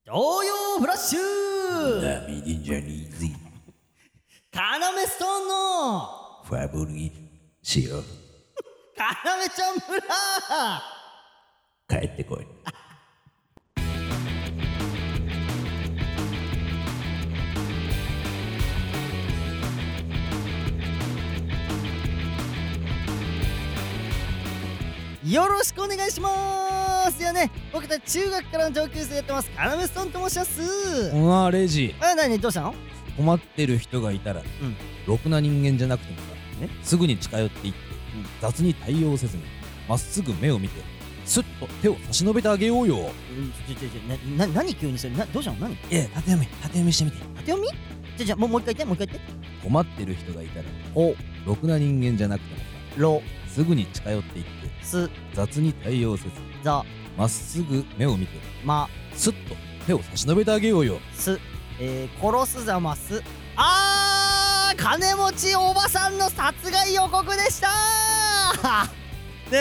東洋フラッシュナミデンジャニーズカナメストーンのファブリしよう。 カナメちゃん村帰ってこい。 よろしくお願いします。いやね、僕たち中学からの上級生やってますカナメストーンと申します。 レジ、 何どうしたの？ 困ってる人がいたら、ろくな人間じゃなくてもさ、すぐに近寄っていって、雑に対応せずにまっすぐ目を見てスッと手を差し伸べてあげようよ。 何急にそれどうしたの？何？ 縦読みしてみて。 縦読み？じゃもう一回言って。 困ってる人がいたら、ろくな人間じゃなくてもさ、 ろすぐに近寄っていってす雑に対応せずざまっすぐ目を見てまスッと手を差し伸べてあげようよ。 す殺すざます金持ちおばさんの殺害予告でしたね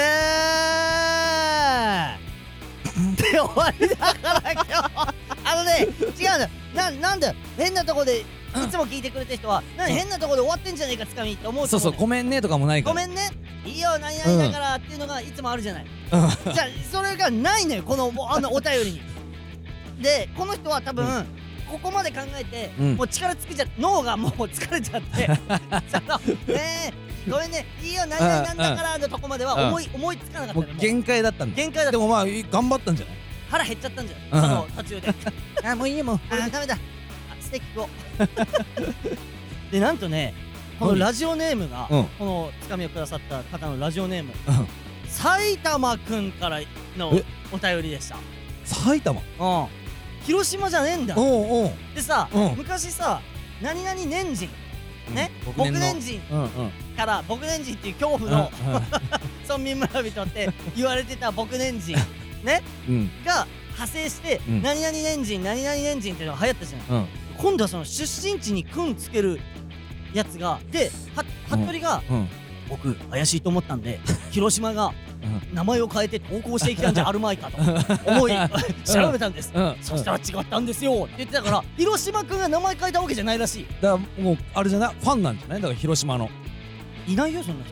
で終わりだから今日違うんだよ。なんで変なとこでいつも聞いてくれてる人は変なとこで終わってんじゃねえかつかみって思うと思う。 そうごめんねとかもないから。 ごめんねいいよ何々だからっていうのがいつもあるじゃない。じゃあそれがないのよこのお便りに。でこの人は多分、ここまで考えて、もう力尽きちゃって脳がもう疲れちゃってごめんねいいよ何々なんだからのとこまでは思いつかなかったもう限界だったんだ。 限界だった。 でも頑張ったんじゃない？ 腹減っちゃったんじゃないその途中でもういいよもうダメだステーキ食おうでなんとねこのラジオネームが、このつかみをくださった方のラジオネーム、埼玉くんからのお便りでした。 埼玉？ 広島じゃねえんだ。でさ、昔さ何々年人ね、僕年人から僕年人っていう恐怖の村民村人って言われてた僕年人ねが派生して何々年人何々年人っていうのが流行ったじゃない。今度はその出身地にくんつけるやつがで服部が僕怪しいと思ったんで広島が名前を変えて投稿してきたんじゃあるまいかと思い調べたんです。そしたら違ったんですよって言ってたから広島くんが名前変えたわけじゃないらしい。 だからもうあれじゃないファンなんじゃない？だから広島のいないよそんな人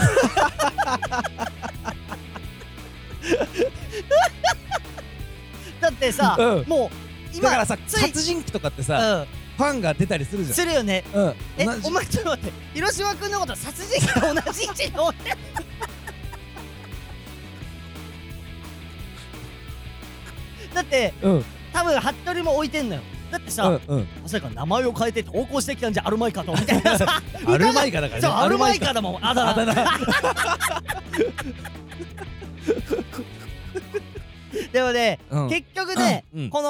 だってさもう今だからさ殺人鬼とかってさファンが出たりするじゃん。 するよね。お前ちょっと待って広島くんのこと殺人鬼と同じ位置に置いてるだって多分服部も置いてんのよ。だってさまさか名前を変えて投稿してきたんじゃあるまいかとみたいなさあるまいかだからね。 そうあるまいかだもんあだ名でもね結局ね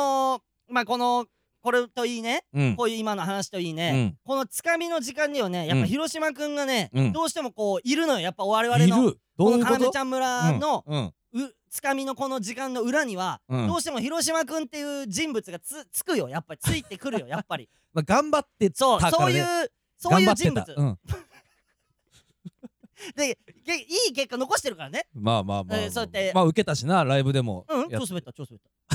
これといいねこういう今の話といいねこのつかみの時間にはねやっぱ広島くんがねどうしてもこういるのよ。やっぱ我々のこのカナメちゃん村のつかみのこの時間の裏にはどうしても広島くんっていう人物がつくよ。やっぱりついてくるよやっぱり頑張ってたからね。 そういう人物でいい結果残してるからね。 まあそうやって受けたしなライブでも超滑った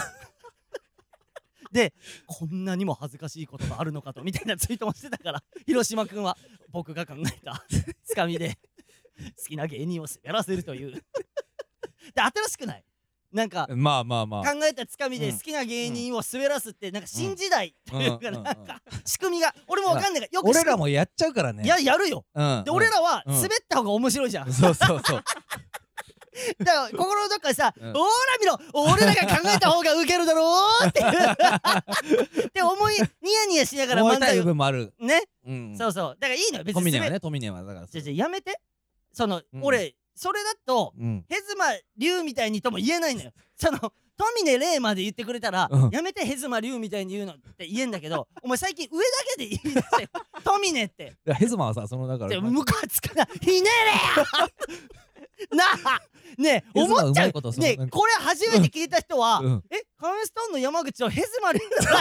でこんなにも恥ずかしいことがあるのかとみたいなツイートもしてたから広島くんは僕が考えたつかみで好きな芸人を滑らせるというで新しくない？なんか考えたつかみで好きな芸人を滑らすってなんか新時代っていうかなんか仕組みが俺もわかんないからよく俺らもやっちゃうからね。 やるよ。で俺らは滑った方が面白いじゃん。 そうだから心のどっかでさ「ほら見ろ俺らが考えた方がウケるだろ」ってって思いニヤニヤしながら漫才部分もあるね。そうだからいいのよ別に。 トミネはだからやめて俺それだとヘズマ龍みたいにとも言えないのよ。トミネレイまで言ってくれたらやめてヘズマ龍みたいに言うのって言えんだけどお前最近上だけで言い出してよトミネってヘズマはさだからムカつくなひねれやなあねえ思っちゃうねえこれ初めて聞いた人はカナメストーンの山口をヘズマ龍聞かな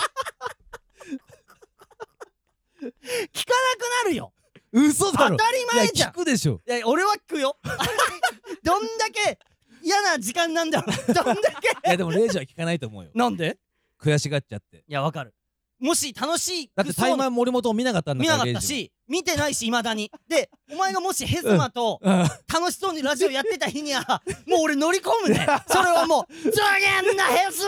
くなるよ。 嘘だろ。 当たり前じゃん。 聞くでしょ。 俺は聞くよどんだけ嫌な時間なんだろうどんだけいやでもレイジは聞かないと思うよ。 なんで？ 悔しがっちゃって。 いやわかる。もし楽しいだってタイマン森本を見なかったんだから。 見なかったし見てないし未だに。でお前がもしヘズマと楽しそうにラジオやってた日にはもう俺乗り込むね。それはもうざげんなヘズ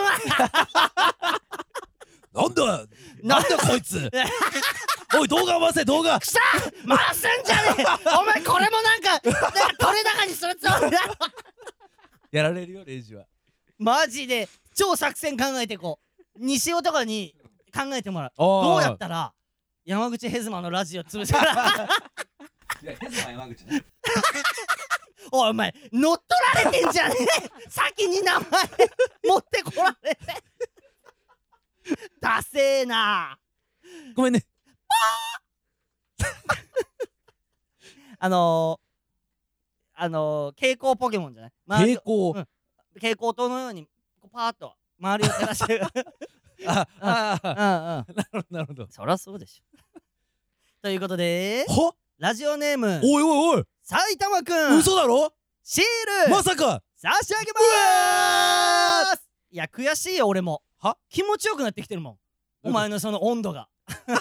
マなんだこいつおい動画回せ動画くさ回すんじゃねえお前これもなんか取れ高にするつもりだろやられるよレイジは。 マジで超作戦考えてこう西尾とかに考えてもらう。どうやったら山口ヘズマのラジオ潰せるいやヘズマ山口ねお前乗っ取られてんじゃねえ先に名前持ってこられてダセーな。 ごめんね蛍光ポケモンじゃない蛍光、 蛍光灯のようにパーッと周りを照らしてるなるほど。 そりゃそうでしょということでラジオネームおいおいおい埼玉くん嘘だろシールまさか差し上げまーす。いや悔しいよ俺も気持ちよくなってきてるもんお前のその温度が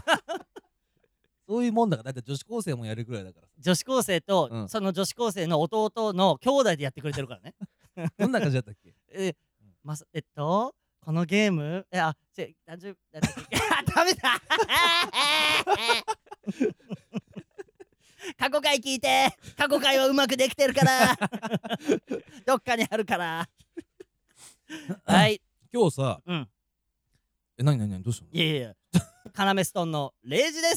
そういうもんだから。だって女子高生もやるぐらいだから。 女子高生と、その女子高生の弟の兄弟でやってくれてるからねどんな感じだったっけこのゲーム大丈夫だったっけダメだ過去回聞いて過去回はうまくできてるからどっかにあるからはい今日さ何どうしたの。 いやいやカナメストーンのレイジです。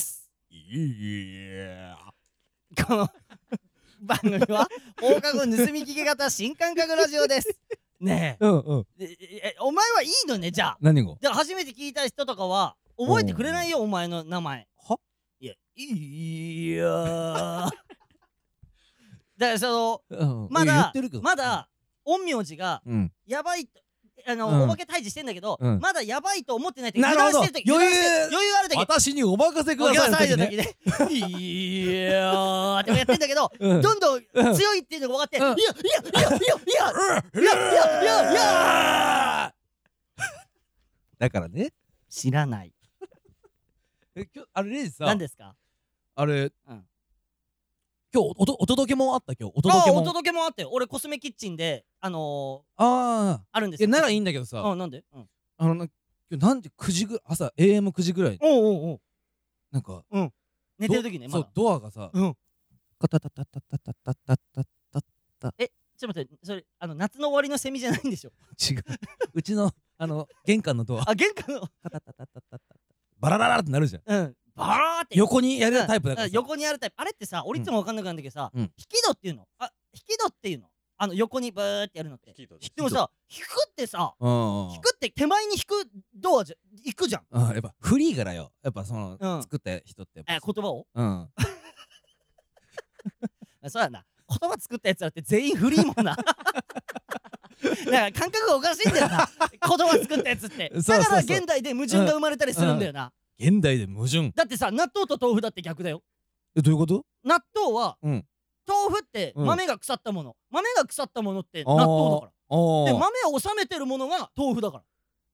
この番組は放課後盗み聞き型新感覚ラジオですねえお前はいいのね。じゃあ何が。 じゃあ初めて聞いた人とかは覚えてくれないよお前の名前。いやだからそのまだ陰陽師がやばいお化け退治してんだけどまだやばいと思ってないと油断してる時余裕ある時私にお任せくださいの時ねいやーってやってんだけどどんどん強いっていうのが分かっていやだからね知らない。 あれレイジさ何ですか。 あれ今日お届けもあった。今日お届けもあって俺コスメキッチンであるんですよ。ならいいんだけどさなんで今日なんで9時ぐらい朝 AM9 時ぐらいなんか寝てる時ねそうドアがさカタタタタタタタタタタちょっと待ってそれ夏の終わりのセミじゃないんでしょ。 違ううちの玄関のドア玄関のカタタタタタタバラララってなるじゃん。 バラーって横にやるタイプだからさ。 横にやるタイプあれってさ俺いつも分かんなくなるんだけどさ引き戸っていうの引き戸っていうの横にブーってやるのってでもさ引くってさ引くって手前に引くドアじゃ行くじゃん。 やっぱフリーからよやっぱその作った人って言葉をそうやな言葉作ったやつらって全員フリーもんなだから感覚がおかしいんだよな言葉作ったやつってだから現代で矛盾が生まれたりするんだよな。 現代で矛盾だってさ納豆と豆腐だって逆だよ。 どういうこと。 納豆は豆腐って豆が腐ったもの豆が腐ったものって納豆だからで豆を収めてるものが豆腐だから。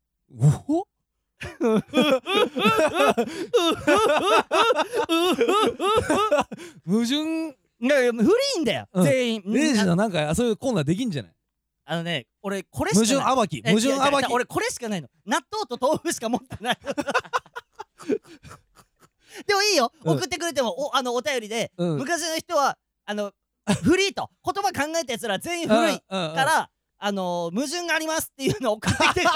矛盾フリーんだよ全員。 レイジのなんかそういうコーナーできんじゃない。 俺これしかない。 矛盾暴き俺これしかないの。納豆と豆腐しか持ってないでもいいよ送ってくれてもお便りで昔の人はフリーと言葉考えたやつら全員古いから矛盾がありますっていうのを送ってきて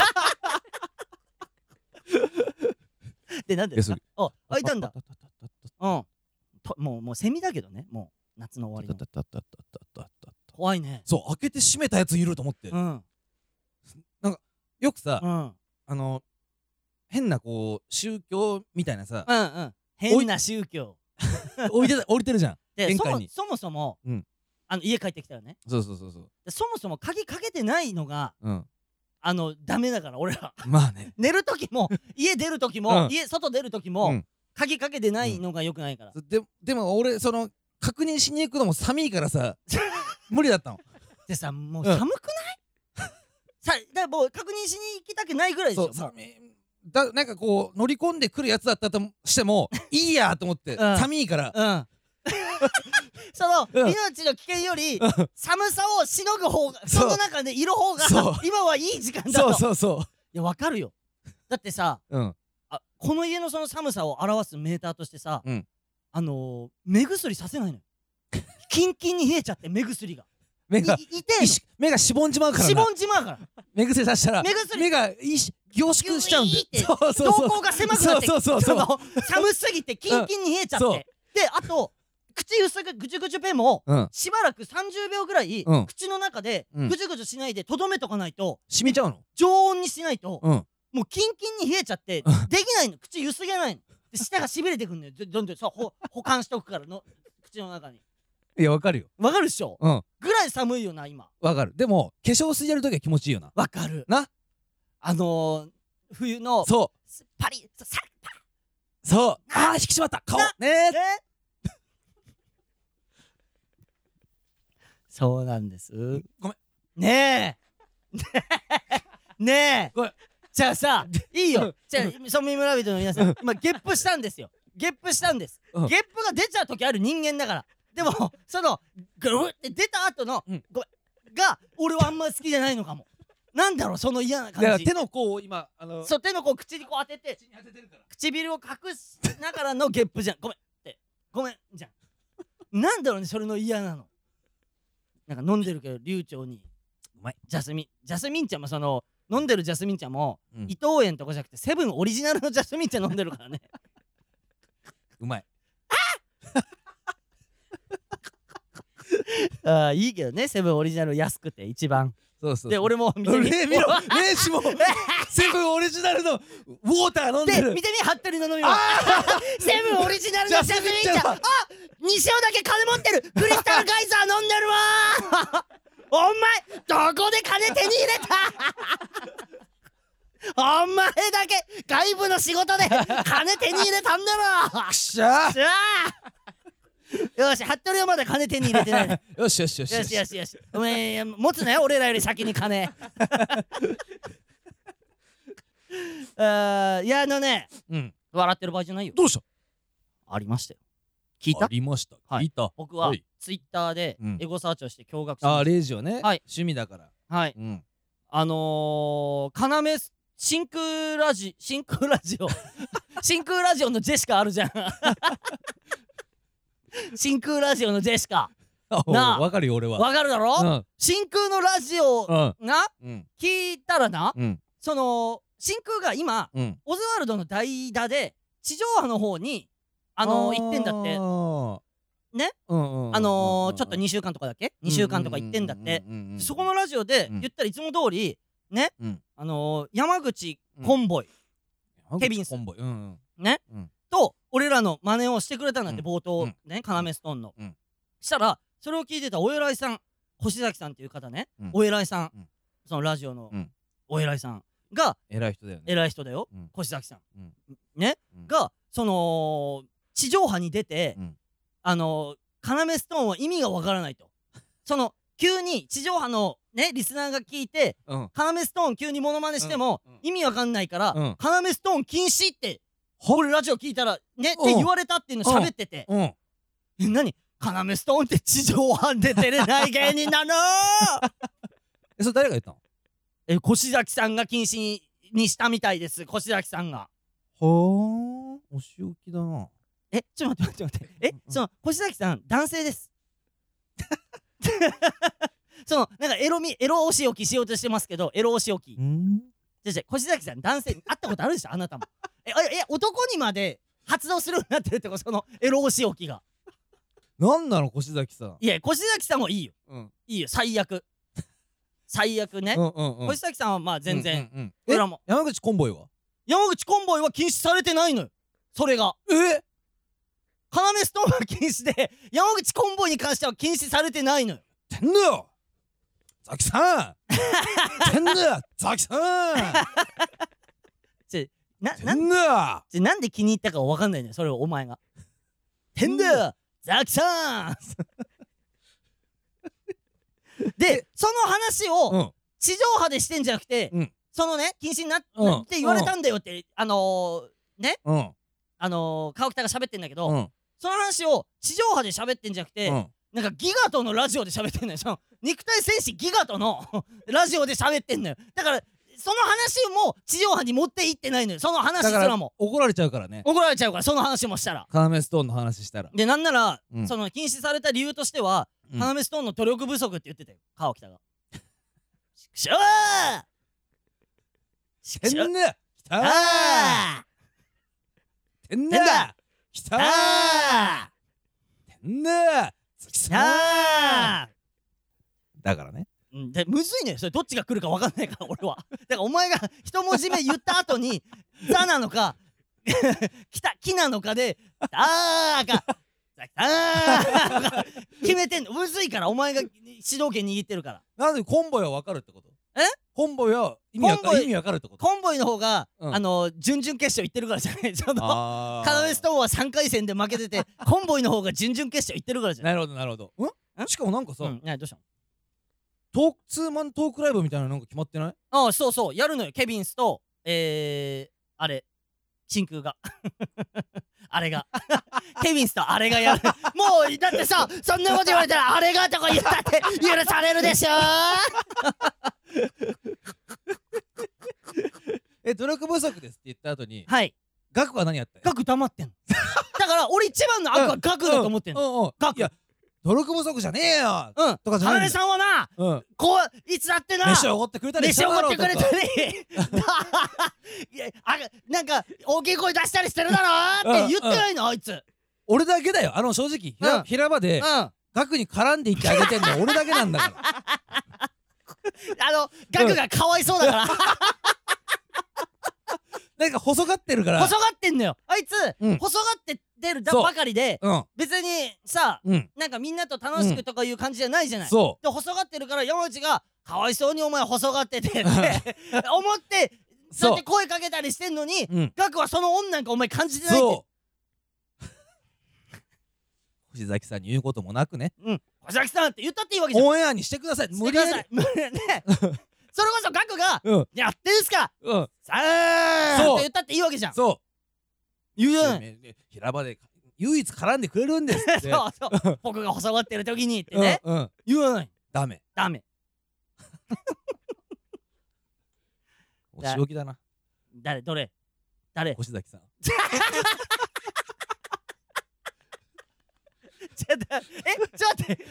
でなんでですか。いたんだ。もうセミだけどねもう夏の終わりの怖いね。 そう開けて閉めたやついると思ってなんかよくさ変なこう宗教みたいなさ変な宗教置いてるじゃん玄関に。 そもそも家帰ってきたらねそもそも鍵かけてないのがダメだから俺らまあね寝る時も家出る時も家外出る時も鍵かけてないのがよくないから。 でも俺確認しに行くのも寒いからさ無理だったの。 でさもう寒くないだからもう確認しに行きたくないぐらいでしょ。 なんかこう乗り込んでくるやつだったとしてもいいやと思って、寒いから。 その命の危険より寒さをしのぐ方が、その中でいる方が今はいい時間だと。 そういや、わかるよ。だってさ、この家のその寒さを表すメーターとしてさ、目薬させないのよ。キンキンに冷えちゃって、目薬が目がしぼんじまうからな。しぼんじまうから。目薬さしたら目が凝縮しちゃうんで、瞳孔が狭くなって、寒すぎてキンキンに冷えちゃって、で、あと口薄くぐちゅぐちゅペンもしばらく30秒ぐらい口の中でぐちゅぐちゅしないでとどめとかないと、 染みちゃうの。 常温にしないともうキンキンに冷えちゃってできないの。口ゆすげないの。舌がしびれてくんのよ。どんどん保管しとくからの口の中に。 いや、わかるよ。 わかるっしょ。ぐらい寒いよな今。 わかる。でも化粧水やるときは気持ちいいよな。 わかるな。 冬のパリッサッパッ、そう、あー引き締まった顔ね。 そうなんです。 ごめんねえじゃあさ、いいよ。じゃあ村民村人の皆さん、今ゲップしたんですよ。ゲップしたんです。ゲップが出ちゃう時ある人間だから。でもそのグルって出た後のが俺はあんま好きじゃないのかも。なんだろう、その嫌な感じ。 手の甲を今そう、手の甲を口にこう当てて唇を隠しながらのゲップじゃん。ごめんってごめんじゃん。なんだろうね、それの嫌なの。なんか飲んでるけど流暢にうまい。ジャスミン茶もその飲んでるジャスミン茶も伊藤園とかじゃなくてセブンオリジナルのジャスミン茶飲んでるからね。 うまい。 あいいけどね、セブンオリジナル安くて一番。 そうで俺も見てみ、 見ろレイシもセブンオリジナルのウォーター飲んでる。 で見てみ、ハッタリの飲み物。セブンオリジナルのジャスミン茶。あ、西尾だけ金持ってる。クリスタルガイザー飲んでるわ。お前どこで金手に入れた。お前だけ外部の仕事で金手に入れたんだろ。 くしゃよし、服部はまだ金手に入れてない。 よし。 お前持つなよ、俺らより先に金。いや笑ってる場合じゃないよ。 どうした？ ありましたよ。聞いた？ ありました。聞いた。 僕はツイッターでエゴサーチをして驚愕しました。 レイジはね、趣味だから。 はい。真空ラジオのジェシカあるじゃん。真空ラジオのジェシカなあ、 わかるよ俺は。 わかるだろ。真空のラジオが聞いたらな、その真空が今オズワルドの代打で地上波の方に行ってんだってね。ちょっと2週間とかだっけ、2週間とか行ってんだって。そこのラジオで言ったらいつも通りね、山口コンボイケビンスねと俺らの真似をしてくれたんだって、冒頭ね、カナメストーンの。したらそれを聞いてたお偉いさん、越崎さんっていう方ね、お偉いさん、そのラジオのお偉いさんが、偉い人だよ、越崎さんねが、その地上波に出てカナメストーンは意味がわからないと。その急に地上波のねリスナーが聞いてカナメストーン急にモノマネしても意味わかんないからカナメストーン禁止って俺ラジオ聞いたらねって言われたっていうの喋ってて、何カナメストーンって地上波で出れない芸人なの。 それ誰が言ったの？ 越崎さんが禁止にしたみたいです。越崎さんが。 お仕置きだな。 ちょっと待って。その越崎さん男性です。そのなんかエロお仕置きしようとしてますけど、エロお仕置き。越崎さん男性、会ったことあるでしょあなたも。男にまで発動するようになってるってこと、そのエロお仕置きが。 なんなの越崎さん。 いや越崎さんはいいよ。いいよ、最悪ね。越崎さんはまあ全然。 山口コンボイは禁止されてないのよ。それがカナメストーンは禁止で、山口コンボイに関しては禁止されてないのよ。 てんだよザキさん。てんだよザキさん。なんで気に入ったかわかんないのよ、それをお前が。てんだよザキさん。でその話を地上波でしてんじゃなくて、 そのね禁止になって言われたんだよってね川北が喋ってんだけど、その話を地上波で喋ってんじゃなくて、なんかギガトのラジオで喋ってんのよ。その肉体戦士ギガトのラジオで喋ってんのよ。だからその話も地上波に持っていってないのよ。その話すらも怒られちゃうからね。 怒られちゃうから、その話もしたら。 カナメストーンの話したら。 でなんなら、その禁止された理由としては、カナメストーンの努力不足って言ってたよ、川北が。しくしょーしくしょーきたーてんだきたーてんだきたーだからね。 でむずいね、それどっちが来るか分かんないから俺は。だからお前が一文字目言った後に「ザ」なのか「きた」「き」なのかで「あー」か「ザ」か決めてんの。むずいから、お前が主導権握ってるから。 なんでコンボイは分かるってこと？ え？ コンボイは意味分かるってこと？ コンボイの方が準々決勝行ってるからじゃない。そのカナメストーンは3回戦で負けてて、コンボイの方が準々決勝行ってるからじゃない。 なるほどなるほど。しかもなんかさ、 どうしたの？ ツーマントークライブみたいなのなんか決まってない？ ああ、そうそう、やるのよ。ケビンスとあれ真空があれがケビンスとあれがやる。もうだってさ、そんなこと言われたらあれがとか言ったって許されるでしょ努力不足ですって言った後に、 はい、 ガクは何やった？ ガク黙ってんの。だから俺一番の悪はガクだと思ってんの。ガク。 努力不足じゃねえよとかじゃないんだよ。 カナメさんはな、こういつだってな飯をおごってくれたり飯をおごってくれたりなんか大きい声出したりしてるだろって言ってないの、あいつ。 俺だけだよ。正直平場でガクに絡んでいってあげてんの俺だけなんだから。 ガクがかわいそうだからなんか細がってるから。 細がってんのよあいつ。細がって出るばかりで、別にさ、なんかみんなと楽しくとかいう感じじゃないじゃない。で細がってるから山内がかわいそうにお前細がっててって思ってそうやって声かけたりしてんのに、ガクはその恩なんかお前感じてないって。 星崎さんに言うこともなくね。 星崎さんって言ったっていいわけじゃん。 オンエアにしてください。無理やりね。 それこそガクが「やってんすかさあ」って言ったっていいわけじゃん。そう言うよね。 平場で唯一絡んでくれるんですって。 そうそう、僕が細がってる時にってね言わない。ダメお仕置きだな。 誰星崎さん。 ちょっと待って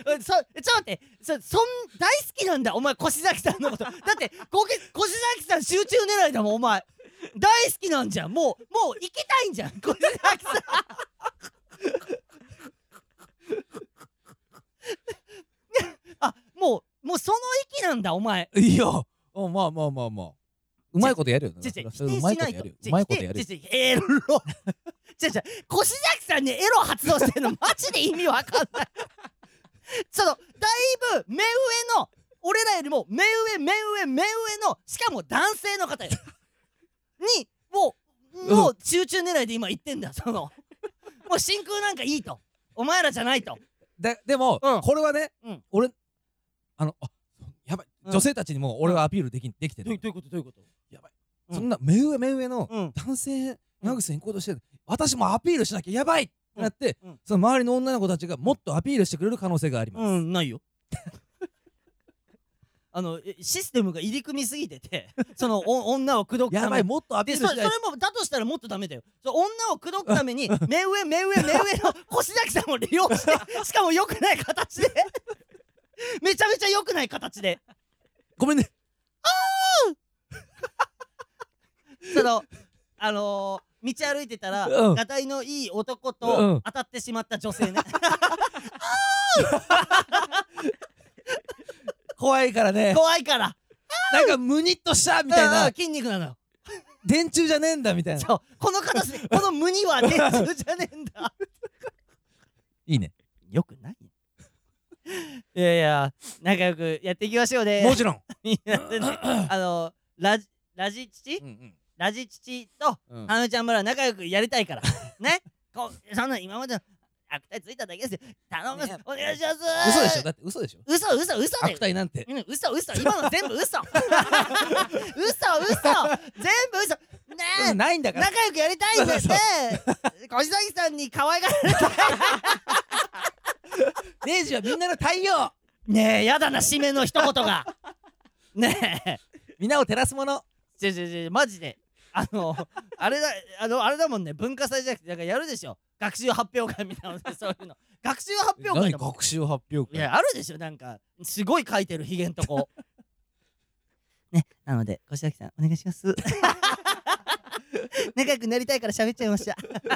大好きなんだお前、越崎さんのこと。だって越崎さん集中狙いだもんお前。大好きなんじゃん。もう行きたいんじゃん越崎さんもうその域なんだお前。 いやまあうまいことやるよ。 うまいことやる。エロ越崎さんにエロ発動してんのマジで意味わかんないそのだいぶ目上の、俺らよりも目上の、しかも男性の方よにもう集中狙いで今言ってんだ。もう真空なんかいいと、お前らじゃないと。 でもこれはね、俺やばい、女性たちにも俺はアピールできてる。 どういうことやばい、そんな目上の男性ヤグスに行こうとしてる、私もアピールしなきゃやばいってなって、その周りの女の子たちがもっとアピールしてくれる可能性があります。 ないよシステムが入り組みすぎてて、その女を口説くためにやばい、もっとアピールしない。 それもだとしたらもっとダメだよ。女を口説くために目上の越崎さんを利用して、しかも良くない形でめちゃめちゃ良くない形でごめんね道歩いてたらがたいのいい男と当たってしまった女性ね怖いからね。なんかムニッとしたみたいな筋肉なのよ。 電柱じゃねえんだみたいな。 そう、この形でこのムニは電柱じゃねえんだいいね。 よくないいや仲良くやっていきましょうね。 もちろんラジ父とハムちゃん村仲良くやりたいからね。そんな今まで悪態ついただけですよ。頼みます、お願いします。 嘘でしょ、だって嘘でしょ。 嘘だよ。 悪態なんて。 嘘、今の全部嘘。嘘、全部嘘。ねえ、 ないんだから。 仲良くやりたいんだよね。小崎さんに可愛がられたい。 レイジはみんなの太陽。 ねえ、やだな、締めの一言が。ねえ、 みんなを照らすもの。 マジで。あれだもんね、文化祭じゃなくて、なんかやるでしょ。学習発表会みたいなので、そういうの。学習発表会何だもん。 学習発表会。 いや、あるでしょ、なんか、すごい書いてるヒゲんとこ。ね、なので、小崎さん、お願いします。仲良くなりたいから喋っちゃいました。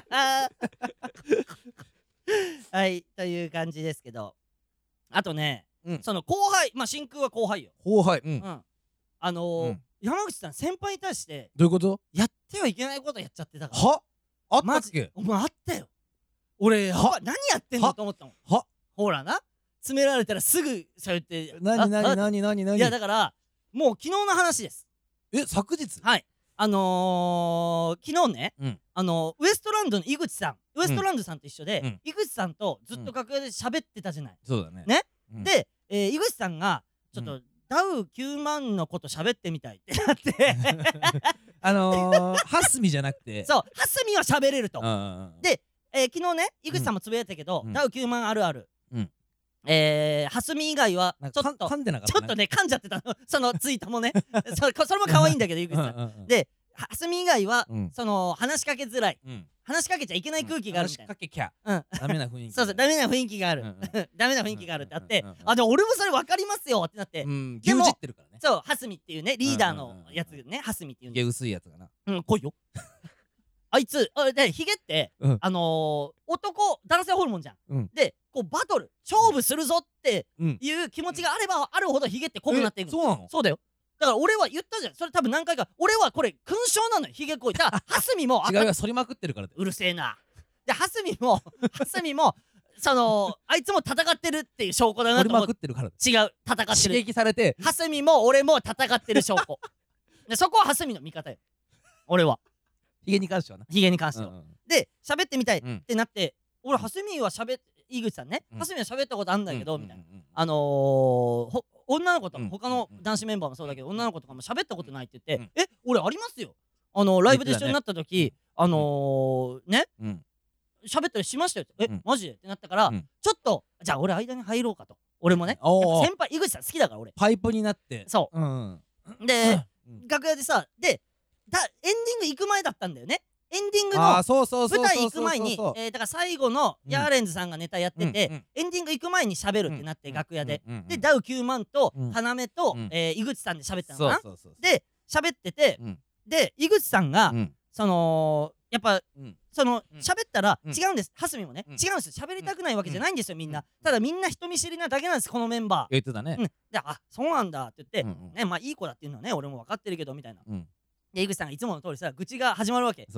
はい、という感じですけど、あとね、その後輩、まあ真空は後輩よ。 後輩。 山口さん、先輩に対してどういうこと？ やってはいけないことやっちゃってたから。 は？あったっけ？ お前あったよ。俺何やってんのと思ったもん。 は？ ほらな、詰められたらすぐそうやって。 何？ いやだからもう昨日の話です。 昨日？ はい。昨日ね、ウエストランドの井口さん、ウエストランドさんと一緒で、井口さんとずっと楽屋で喋ってたじゃない。 そうだね。 ね。で、井口さんがちょっとダウ9万のこと喋ってみたいってなって、 ハスミじゃなくて、 そう、ハスミは喋れると。で、昨日ね、井口さんもつぶやいたけど、ダウ9万あるある。ハスミ以外はちょっと噛んでなかった。 ちょっとね、噛んじゃってたの。そのツイートもね。それも可愛いんだけど、井口さん。で、ハスミ以外はその話しかけづらい。話しかけちゃいけない空気があるみたいな。 話しかけきゃダメな雰囲気。 そう、ダメな雰囲気がある。ダメな雰囲気があるってあって、でも俺もそれ分かりますよってなって。 牛耳ってるからね。 そう、ハスミっていうね、リーダーのやつね、ハスミっていう。 ヒゲ薄いやつがな。 来いよ。あいつ、で、ヒゲって、男、男性ホルモンじゃん。で、こうバトル、勝負するぞっていう気持ちがあればあるほどヒゲって濃くなっていくの。 そうなの？ そうだよ。だから俺は言ったじゃん。それ多分何回か。俺はこれ勲章なのよ、ヒゲ濃い。だからハスミも違うよ、反りまくってるから。 うるせえな。で、ハスミもそのあいつも戦ってるっていう証拠だなと思って。 反りまくってるから。 違う、戦ってる。 刺激されて、 ハスミも俺も戦ってる証拠。で、そこはハスミの味方よ。俺は。 ヒゲに関してはな。 ヒゲに関しては。で、喋ってみたいってなって、俺ハスミは井口さんね、ハスミは喋ったことあんだけどみたいな。女の子とか他の男子メンバーもそうだけど、女の子とかも喋ったことないって言って「俺ありますよ。ライブで一緒になった時ね喋ったりしましたよ」って「マジで?」ってなったから、ちょっとじゃあ俺間に入ろうかと。俺もね、先輩井口さん好きだから俺パイプになって。 そうで、楽屋でさ、でエンディング行く前だったんだよね。エンディングの舞台行く前に、だから最後のヤーレンズさんがネタやってて、エンディング行く前に喋るってなって、楽屋で。で、ダウ9万と要と井口さんで喋ったのかな。で、喋ってて、で、井口さんが、やっぱ、喋ったら、違うんです。ハスミもね、違うんです。喋りたくないわけじゃないんですよ、みんな。ただみんな人見知りなだけなんです、このメンバー。 言ってたね。 で、あ、そうなんだって言って、ね、まあいい子だっていうのはね、俺も分かってるけど、みたいな。で、井口さんがいつもの通りさ、愚痴が始まるわけ。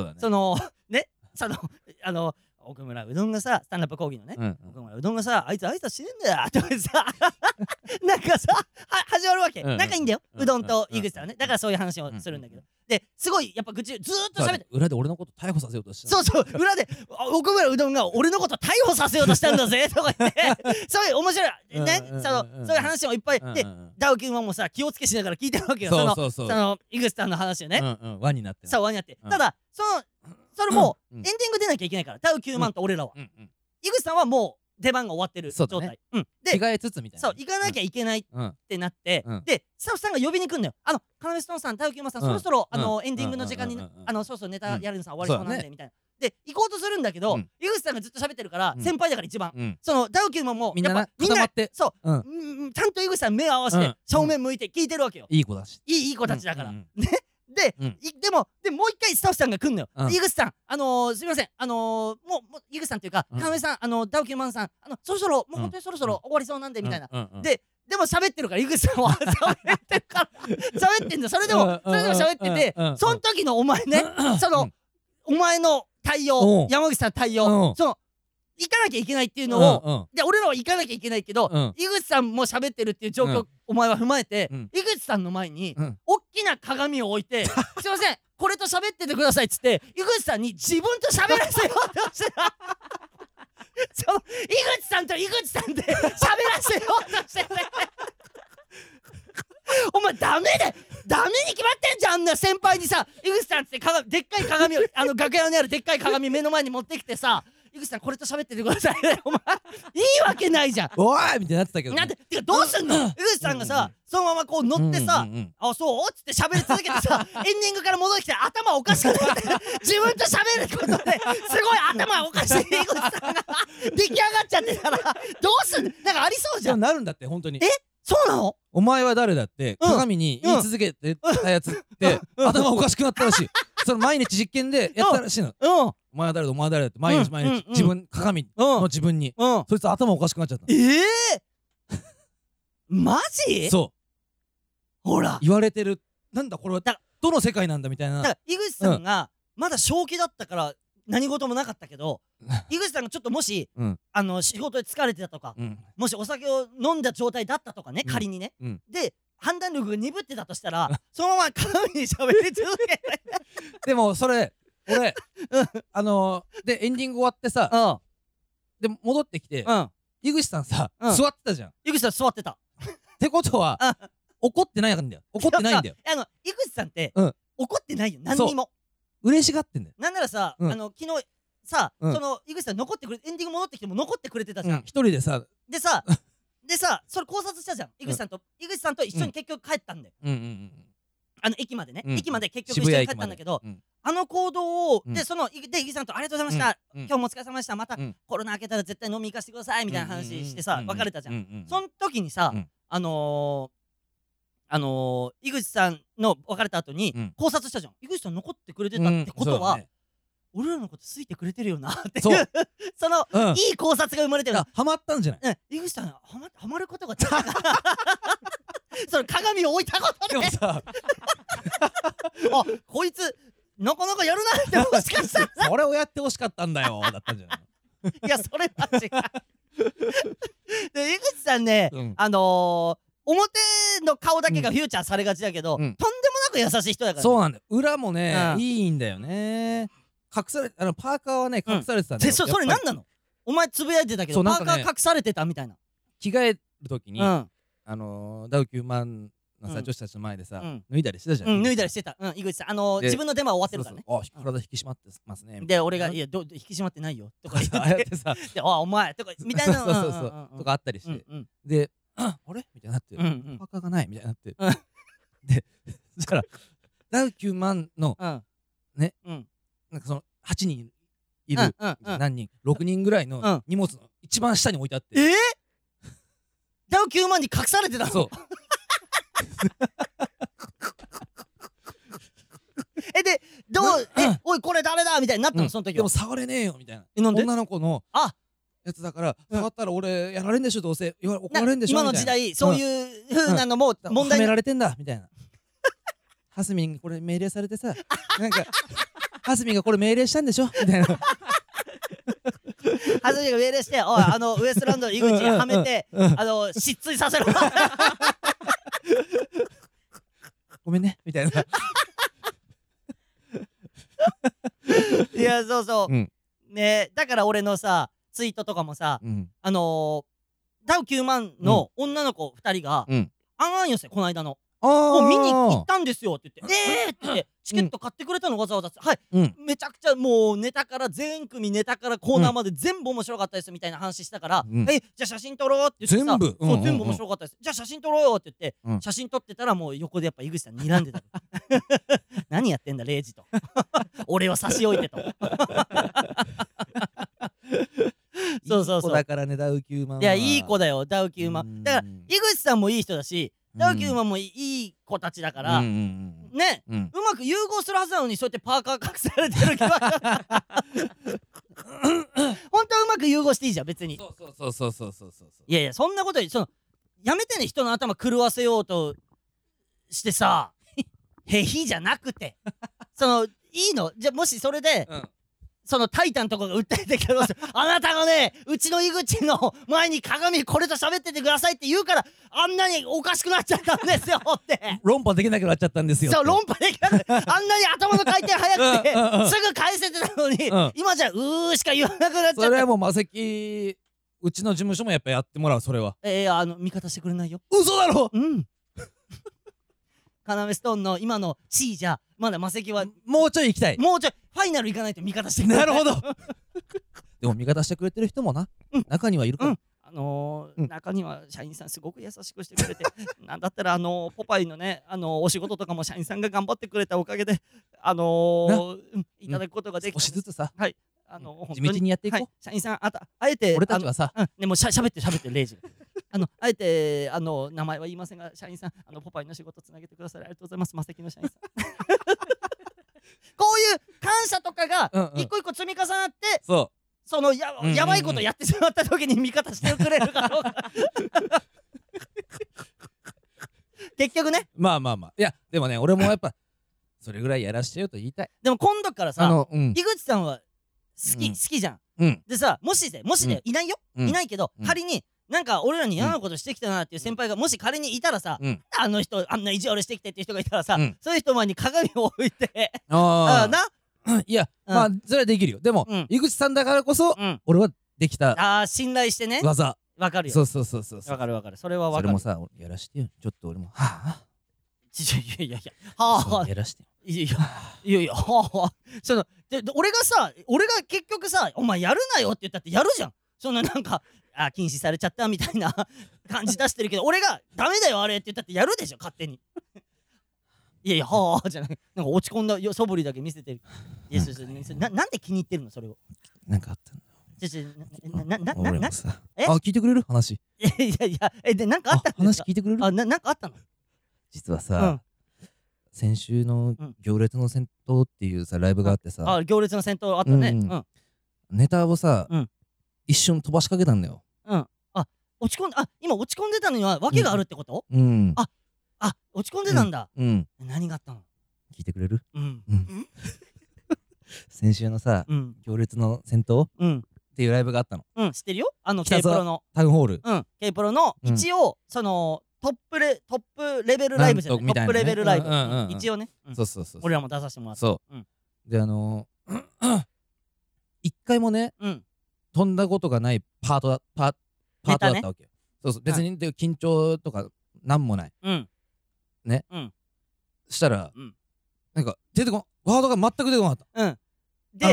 奥村うどんがさ、スタンダップ講義のね、奥村うどんがさ、あいつ挨拶しねえんだよとかさ、なんかさ、始まるわけ。仲いいんだよ、うどんと井口さんはね。だからそういう話をするんだけど。で、すごいやっぱ愚痴ずーっと喋って、 裏で俺のこと逮捕させようとしてた。そう、裏で奥村うどんが俺のこと逮捕させようとしたんだぜとか言って、そういう面白いね、そういう話もいっぱいで、ダウキンはもうさ、気をつけしながら聞いてるわけよ。その井口さんの話をね。 輪になって。 そう、輪になって。ただそれもエンディング出なきゃいけないから、ダウ9万と俺らは。井口さんはもう出番が終わってる状態。 で、着替えつつみたいな。 そう、行かなきゃいけないってなって、で、スタッフさんが呼びに来るんだよ。カナメストーンさん、ダウ9万さん、そろそろエンディングの時間に、そろそろネタやるのさ、終わりそうなんで、みたいな。で、行こうとするんだけど、井口さんがずっと喋ってるから、先輩だから一番。そのダウ9万も、 みんな固まって。 そう、ちゃんと井口さん目を合わせて、正面向いて聞いてるわけよ。 いい子だし。 いい子たちだから。ね。でもう一回スタッフさんが来んのよ。井口さん、すみません、もう井口さんっていうか、要さん、ダウ9万さん、そろそろ、もう本当にそろそろ終わりそうなんでみたいな。でも喋ってるから、井口さんは喋ってるから喋ってんだ。それでも喋ってて、その時のお前ね、お前の対応、山口さんの対応、行かなきゃいけないっていうのを、で俺らは行かなきゃいけないけど、井口さんも喋ってるっていう状況お前は踏まえて、井口さんの前に大きな鏡を置いて「すいません、これと喋っててください」っつって井口さんに自分と喋らせようとしてた。 その井口さんと井口さんで喋らせようとしてねお前ダメに決まってんじゃん。あんな先輩にさ、井口さんってでっかい鏡を楽屋にあるでっかい鏡目の前に持ってきてさ、井口さんこれと喋っててくださいねお前いいわけないじゃん。 おいみたいになってたけど、 なんでてかどうすんの井口さんがさ、そのままこう乗ってさ、あそうっつって喋り続けてさエンディングから戻ってきて頭おかしくなって自分と喋ることですごい頭おかしい井口さんが出来上がっちゃってたらどうすんの。なんかありそうじゃん。 なるんだって本当に。 そうなの。 お前は誰だって鏡に言い続けてたやつって頭おかしくなったらしい。その毎日実験でやったらしいの。お前は誰だお前は誰だって毎日自分鏡の自分にそいつ頭おかしくなっちゃった。 マジ？ そうほら言われてる。なんだこれはどの世界なんだみたいな。 だから井口さんがまだ正気だったから何事もなかったけど井口さんがちょっともし仕事で疲れてたとかもしお酒を飲んだ状態だったとかね、仮にね、で判断力が鈍ってたとしたらそのまま鏡に喋り続けてでもそれ俺でエンディング終わってさで戻ってきて井口さんさ座ってたじゃん。 井口さん座ってたってことは怒ってないんだよ。怒ってないんだよ。 井口さんって怒ってないよ何にも。 嬉しがってんだよ。 なんならさ昨日さその井口さん残ってくれエンディング戻ってきても残ってくれてたじゃん一人でさ。 でさそれ考察したじゃん。井口さんと一緒に結局帰ったんだよ。駅までね駅まで結局一緒に帰ったんだけどあの行動をで井口さんとありがとうございました今日もお疲れ様でしたまたコロナ明けたら絶対飲み行かせてくださいみたいな話してさ別れたじゃん。その時にさ井口さんの別れた後に考察したじゃん。井口さん残ってくれてたってことは俺らのこと好いてくれてるよなっていうそのいい考察が生まれてる。 ハマったんじゃない？ 井口さんハマることができたからその鏡を置いたことであこいつなかなかやるなってもしかしたらそれをやってほしかったんだよだったんじゃない？ いやそれは違うで井口さんね表の顔だけがフューチャーされがちだけどとんでもなく優しい人だから。 そうなんだよ。裏もねいいんだよね。隠されパーカーはね隠されてたんだよ。 それ何なの？お前つぶやいてたけどパーカー隠されてたみたいな。 着替える時にダウ9万のさ女子たちの前でさ脱いだりしてたじゃん。 脱いだりしてた井口さん自分の出番終わってるからね。 体引き締まってますね。 で俺が「いや引き締まってないよ」とか言ってさ「お前」とかみたいなとかあったりしてであれみたいになってパーカーがないみたいになってでそしたらダウ9万のねなんかその8人いる何人6人ぐらいの荷物の一番下に置いてあって。 ダウ9万に隠されてたの？そうでどうおいこれ誰だみたいになったのその時は。 でも触れねえよみたいな。女の子のやつだから触ったら俺やられんでしょどうせ怒られんでしょみたいな。 今の時代そういう風なのも問題はめられてんだみたいな。ハスミンこれ命令されてさなんかハスミンがこれ命令したんでしょみたいな。 ハスミンが命令しておいウエストランドの井口はめて失墜させろごめんねみたいな。 いやそうねだから俺のさツイートとかもさダウ9万の女の子2人があんあん寄せこの間の見に行ったんですよって言ってって言ってチケット買ってくれたのわざわざはいめちゃくちゃもうネタから全組ネタからコーナーまで全部面白かったですみたいな話したからじゃあ写真撮ろうって言ってさ全部面白かったですじゃあ写真撮ろうよって言って写真撮ってたらもう横でやっぱ井口さん睨んでた何やってんだレイジと俺を差し置いてとそういい子だからねダウ9万は。 いやいい子だよダウ9万だから井口さんもいい人だしダウ9万もいい子たちだからねうまく融合するはずなのにそうやってパーカー隠されてる気は本当はうまく融合していいじゃん別に。 そういやいやそんなことやめてね人の頭狂わせようとしてさへひじゃなくていいのじゃあもしそれでそのタイタンとかが訴えてきたらどうするあなたがねうちの井口の前に鏡これと喋っててくださいって言うからあんなにおかしくなっちゃったんですよって論破できなくなっちゃったんですよ。 そう論破できなくてあんなに頭の回転速くてすぐ返せてたのに今じゃしか言わなくなっちゃった。 それはもうマセキうちの事務所もやっぱやってもらう。それは味方してくれないよ。 嘘だろ。 カナメストーンの今の地位じゃまだマセキはもうちょい行きたい。 もうちょいファイナル行かないと味方してくれない。 なるほどでも味方してくれてる人もな中にはいるから。 中には社員さんすごく優しくしてくれてなんだったらポパイのねお仕事とかも社員さんが頑張ってくれたおかげでいただくことができた。 少しずつさ地道にやっていこう。 社員さんあえて俺たちはさでも喋ってレイジあえて名前は言いませんが社員さんポパイの仕事つなげてくださりありがとうございます。マセキの社員さんこういう感謝とかが一個一個積み重なってそのやばいことやってしまった時に味方してくれるかどうか結局ね。 まあいやでもね俺もやっぱそれぐらいやらしてよと言いたい。 でも今度からさ井口さんは好きじゃん。でさもしいないよいないけど仮になんか俺らに嫌なことしてきたなっていう先輩がもし仮にいたらさあの人あんな意地悪してきてっていう人がいたらさそういう人前に鏡を置いていやまあそれはできるよ。でも井口さんだからこそ俺はできた信頼してね技わかるよ。 そうわかるそれはわかる。 それもさやらしてよちょっと俺もはぁいやはあやらしていやはあ俺が結局さお前やるなよって言ったってやるじゃん。そんななんか禁止されちゃったみたいな感じ出してるけど俺がダメだよあれって言ったってやるでしょ勝手にいやはあじゃないなんか落ち込んだ素振りだけ見せてる。いやなんで気に入ってるのそれを。 なんかあったの俺もさ聞いてくれる話。 いやでなんかあったんですか。 話聞いてくれる。 なんかあったの。 実はさ先週の行列の戦闘っていうさライブがあってさ行列の戦闘あったね。 ネタをさ一瞬飛ばしかけたんだよ。 落ち込んで今落ち込んでたのには訳があるってこと。落ち込んでたんだ。何があったの聞いてくれる。先週のさ行列の戦闘っていうライブがあったの。 知ってるよK プロのタウンホール。 K プロの一応そのトップレベルライブじゃないトップレベルライブ一応ね。 そう俺らも出させてもらった。 そうで一回もね飛んだことがないパートだったわけよ。そう別に緊張とかなんもないね。したらなんか出てこワードが全く出てこなかった。で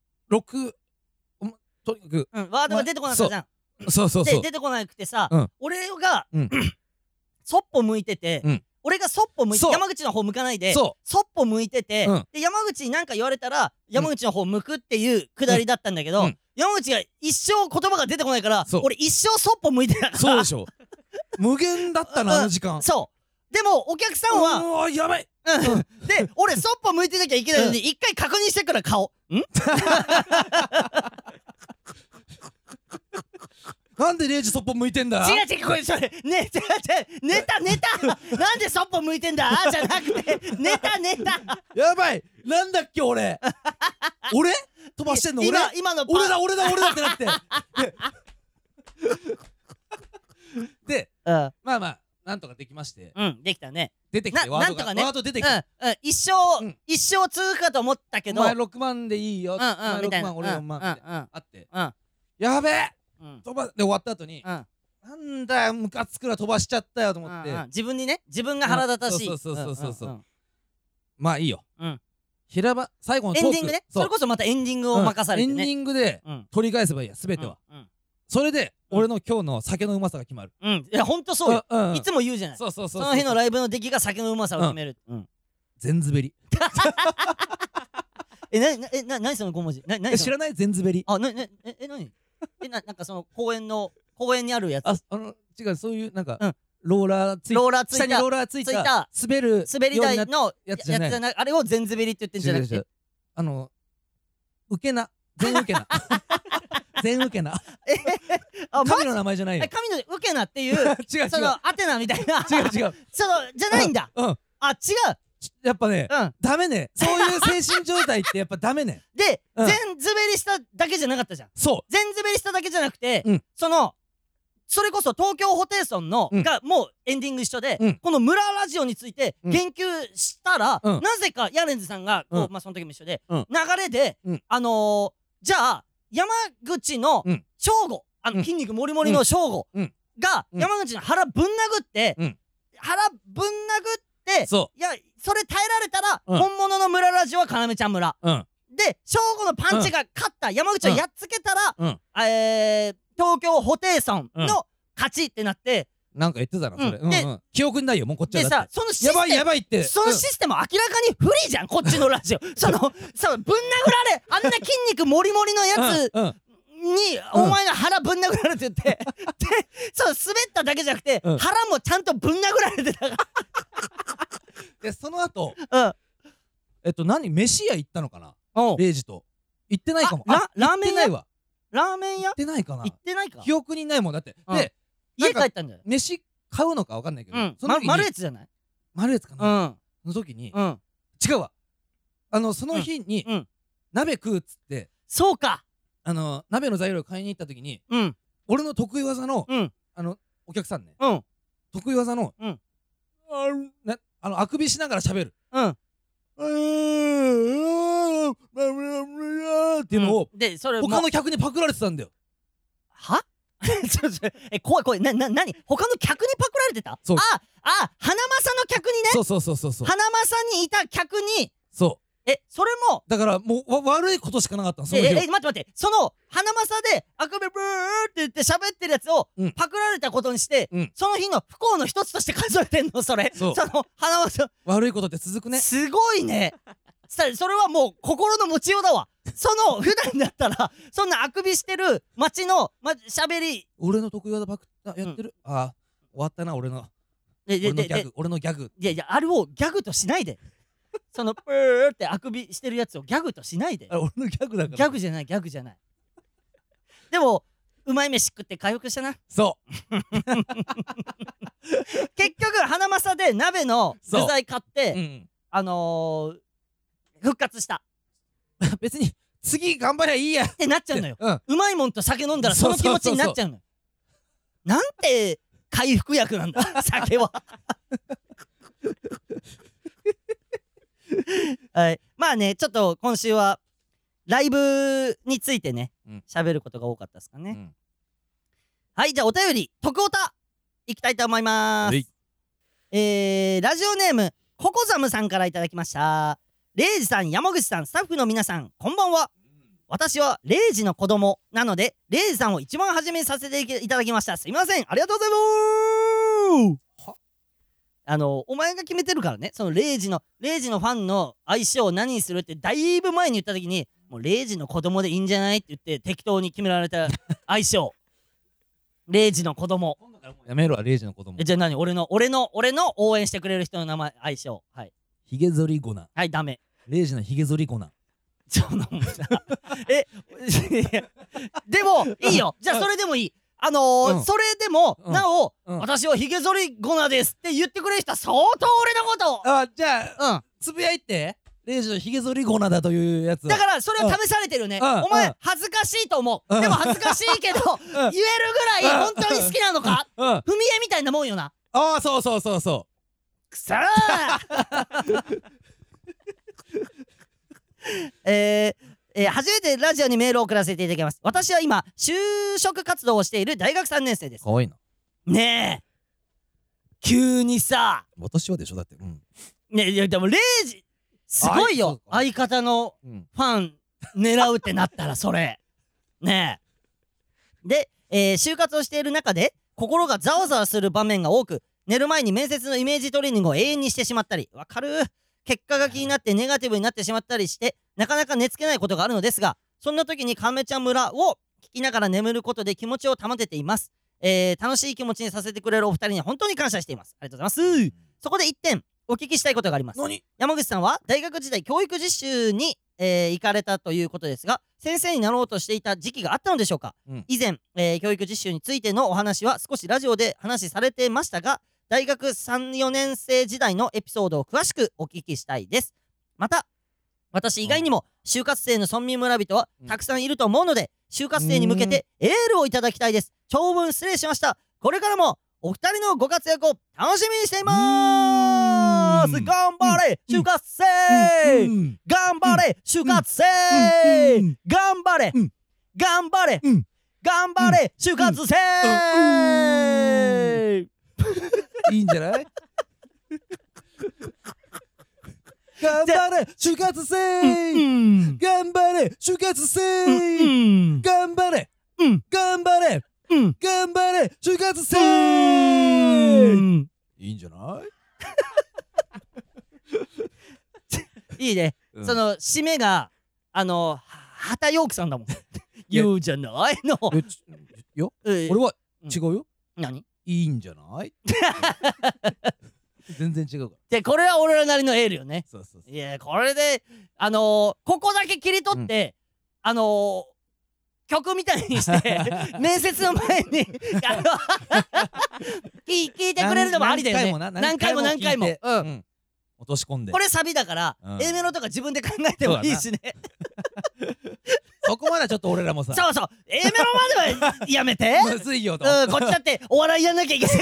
とにかくワードが出てこなかったじゃん。 そうで出てこなくてさ俺がそっぽ向いてて俺がそっぽ向いて山口の方向かないでそっぽ向いててで山口に何か言われたら山口の方向くっていうくだりだったんだけど山口が一生言葉が出てこないから俺一生そっぽ向いてたから。 そうでしょ無限だったなあの時間。 そうでもお客さんはやばいで俺そっぽ向いてなきゃいけないのに一回確認してから顔なんでレイジそっぽ向いてんだ。 違うこれそれネタなんでそっぽ向いてんだじゃなくてネタやばいなんだっけ俺飛ばしてんの今の俺だってなってでまあなんとかできまして。 できたね。 出てきてワード出てきて一生通くかと思ったけどお前6万でいいよ6万俺4万ってあってやべえ飛ばで終わった後になんだよムカつくら飛ばしちゃったよと思って自分にね自分が腹立たしい。 そうまあいいよ。最後のエンディングね。それこそまたエンディングを任されてね。 エンディングで取り返せばいいや全ては。それで俺の今日の酒のうまさが決まる。 いやほんとそうよ。いつも言うじゃない。 その日のライブの出来が酒のうまさを決める。 全滑り。 何その5文字。 知らない全滑り。 何なんかその公園にあるやつ。 違うそういうなんかローラーついた下にローラーついた滑り台のやつじゃない。あれを全滑りって言ってんじゃなくてウケな全ウケな全ウケな神の名前じゃないよ。 神のウケなっていうそのアテナみたいな違うそのじゃないんだ。違うやっぱね、ダメね。そういう精神状態ってやっぱダメね。 で、全滑りしただけじゃなかったじゃん。 そう。 全滑りしただけじゃなくて、それこそ東京ホテイソンのがもうエンディング一緒で、この村ラジオについて言及したら、なぜかヤレンズさんがその時も一緒で、流れでじゃあ山口の翔吾、筋肉もりもりの翔吾が山口の腹ぶん殴って、いやそれ耐えられたら本物の村ラジオは要ちゃん村で、翔吾のパンチが勝った山口をやっつけたら東京ホテイソンの勝ちってなって、 なんか言ってたなそれ。で記憶にないよもうこっちは。 でさ、そのシステムやばいってそのシステム明らかに不利じゃん、こっちのラジオ。ぶん殴られ、あんな筋肉もりもりのやつにお前が腹ぶん殴られてて、で滑っただけじゃなくて腹もちゃんとぶん殴られてたから。 でその後何飯屋行ったのかな、レイジと。行ってないかも。 ラーメン屋。ラーメン屋行ってないかな。 行ってないか。 記憶にないもんだって。で家帰ったんだよ。 飯買うのか分かんないけど、 マルエツじゃない？ マルエツかな。の時に違うわ。その日に鍋食うっつって、 そうか、 鍋の材料買いに行った時に俺の得意技のお客さんね、得意技のあくびしながら喋るっていうのを他の客にパクられてたんだよ。 は？怖い怖い。何？他の客にパクられてた？花正の客にね。 そう花正にいた客に。 そう。 それもだからもう悪いことしかなかったの。 待ってその花正であくびブーって言って喋ってるやつをパクられたことにして、その日の不幸の一つとして数えてんのそれ。その花正悪いことって続くね。 すごいね。それはもう心の持ちようだわ。普段だったらそんなあくびしてる街の喋り。 俺の得意技パクやってる。終わったな俺のギャグ。 いやあれをギャグとしないで。プーってあくびしてるやつをギャグとしないで。 俺のギャグだから。 ギャグじゃない。でもうまい飯食って回復したな。 そう結局花正で鍋の具材買って復活した。 別に次頑張りゃいいやってなっちゃうのよ。うまいもんと酒飲んだらその気持ちになっちゃうのよ。なんて回復薬なんだ酒は。はい、まあね、ちょっと今週はライブについてね喋ることが多かったですかね。はい、じゃあお便り徳オタいきたいと思います。ラジオネームココザムさんからいただきました。レイジさん、山口さん、スタッフの皆さん、こんばんは。私はレイジの子供なのでレイジさんを一番初めにさせていただきました。すいません、ありがとうございます。お前が決めてるからね。そのレイジのファンの相性を何にするってだいぶ前に言った時に、もうレイジの子供でいいんじゃないって言って適当に決められた相性。レイジの子供。 やめろわ、レイジの子供。 じゃあ何？俺の応援してくれる人の名前、相性。はい。 ヒゲ剃りゴナ。 はい、ダメ。 レイジのヒゲ剃りゴナ。 でもいいよ。じゃあそれでもいい。それでもなお私はヒゲ剃りゴナですって言ってくれる人は相当俺のこと。 じゃあつぶやいて。レイジのヒゲ剃りゴナだというやつだからそれは試されてるね。お前恥ずかしいと思う。でも恥ずかしいけど言えるぐらい本当に好きなのか。踏み絵みたいなもんよな。 そうくそー初めてラジオにメールを送らせていただきます。私は今就職活動をしている大学3年生です。 かわいいな。 ねえ急にさ。 私はでしょだって。 ねえ、いやでもレイジすごいよ。相方のファン狙うってなったらそれねえ。で、就活をしている中で心がざわざわする場面が多く、寝る前に面接のイメージトレーニングを永遠にしてしまったり、わかる？結果が気になってネガティブになってしまったりしてなかなか寝つけないことがあるのですが、そんな時に亀ちゃん村を聞きながら眠ることで気持ちを保てています。楽しい気持ちにさせてくれるお二人に本当に感謝しています。ありがとうございます。そこで1点お聞きしたいことがあります。山口さんは大学時代教育実習に、行かれたということですが、先生になろうとしていた時期があったのでしょうか。以前、教育実習についてのお話は少しラジオで話されてましたが、 大学3、4年生時代のエピソードを詳しくお聞きしたいです。また私以外にも就活生の村民村人はたくさんいると思うので、就活生に向けてエールをいただきたいです。長文失礼しました。これからもお二人のご活躍を楽しみにしていまーす。頑張れ就活生、頑張れ就活生、頑張れ頑張れ頑張れ就活生。 いいんじゃない？頑張れ就活生、頑張れ就活生、頑張れ頑張れ頑張れ就活生。いいんじゃない？ いいね。その締めが畑陽気さんだもん。言うじゃないの。 よ、俺は違うよ。 何？ いいんじゃない？全然違うから。 でこれは俺らなりのエールよね。 そうそうそう。 いやこれでここだけ切り取って曲みたいにして面接の前に聞いてくれるのもありだよね。何回も何回も落とし込んで。 これサビだから、A メロとか自分で考えてもいいしね。 そこまでちょっと俺らもさ、 そうそう A メロまではやめて。 むずいよと。 こっちだってお笑いやんなきゃいけない。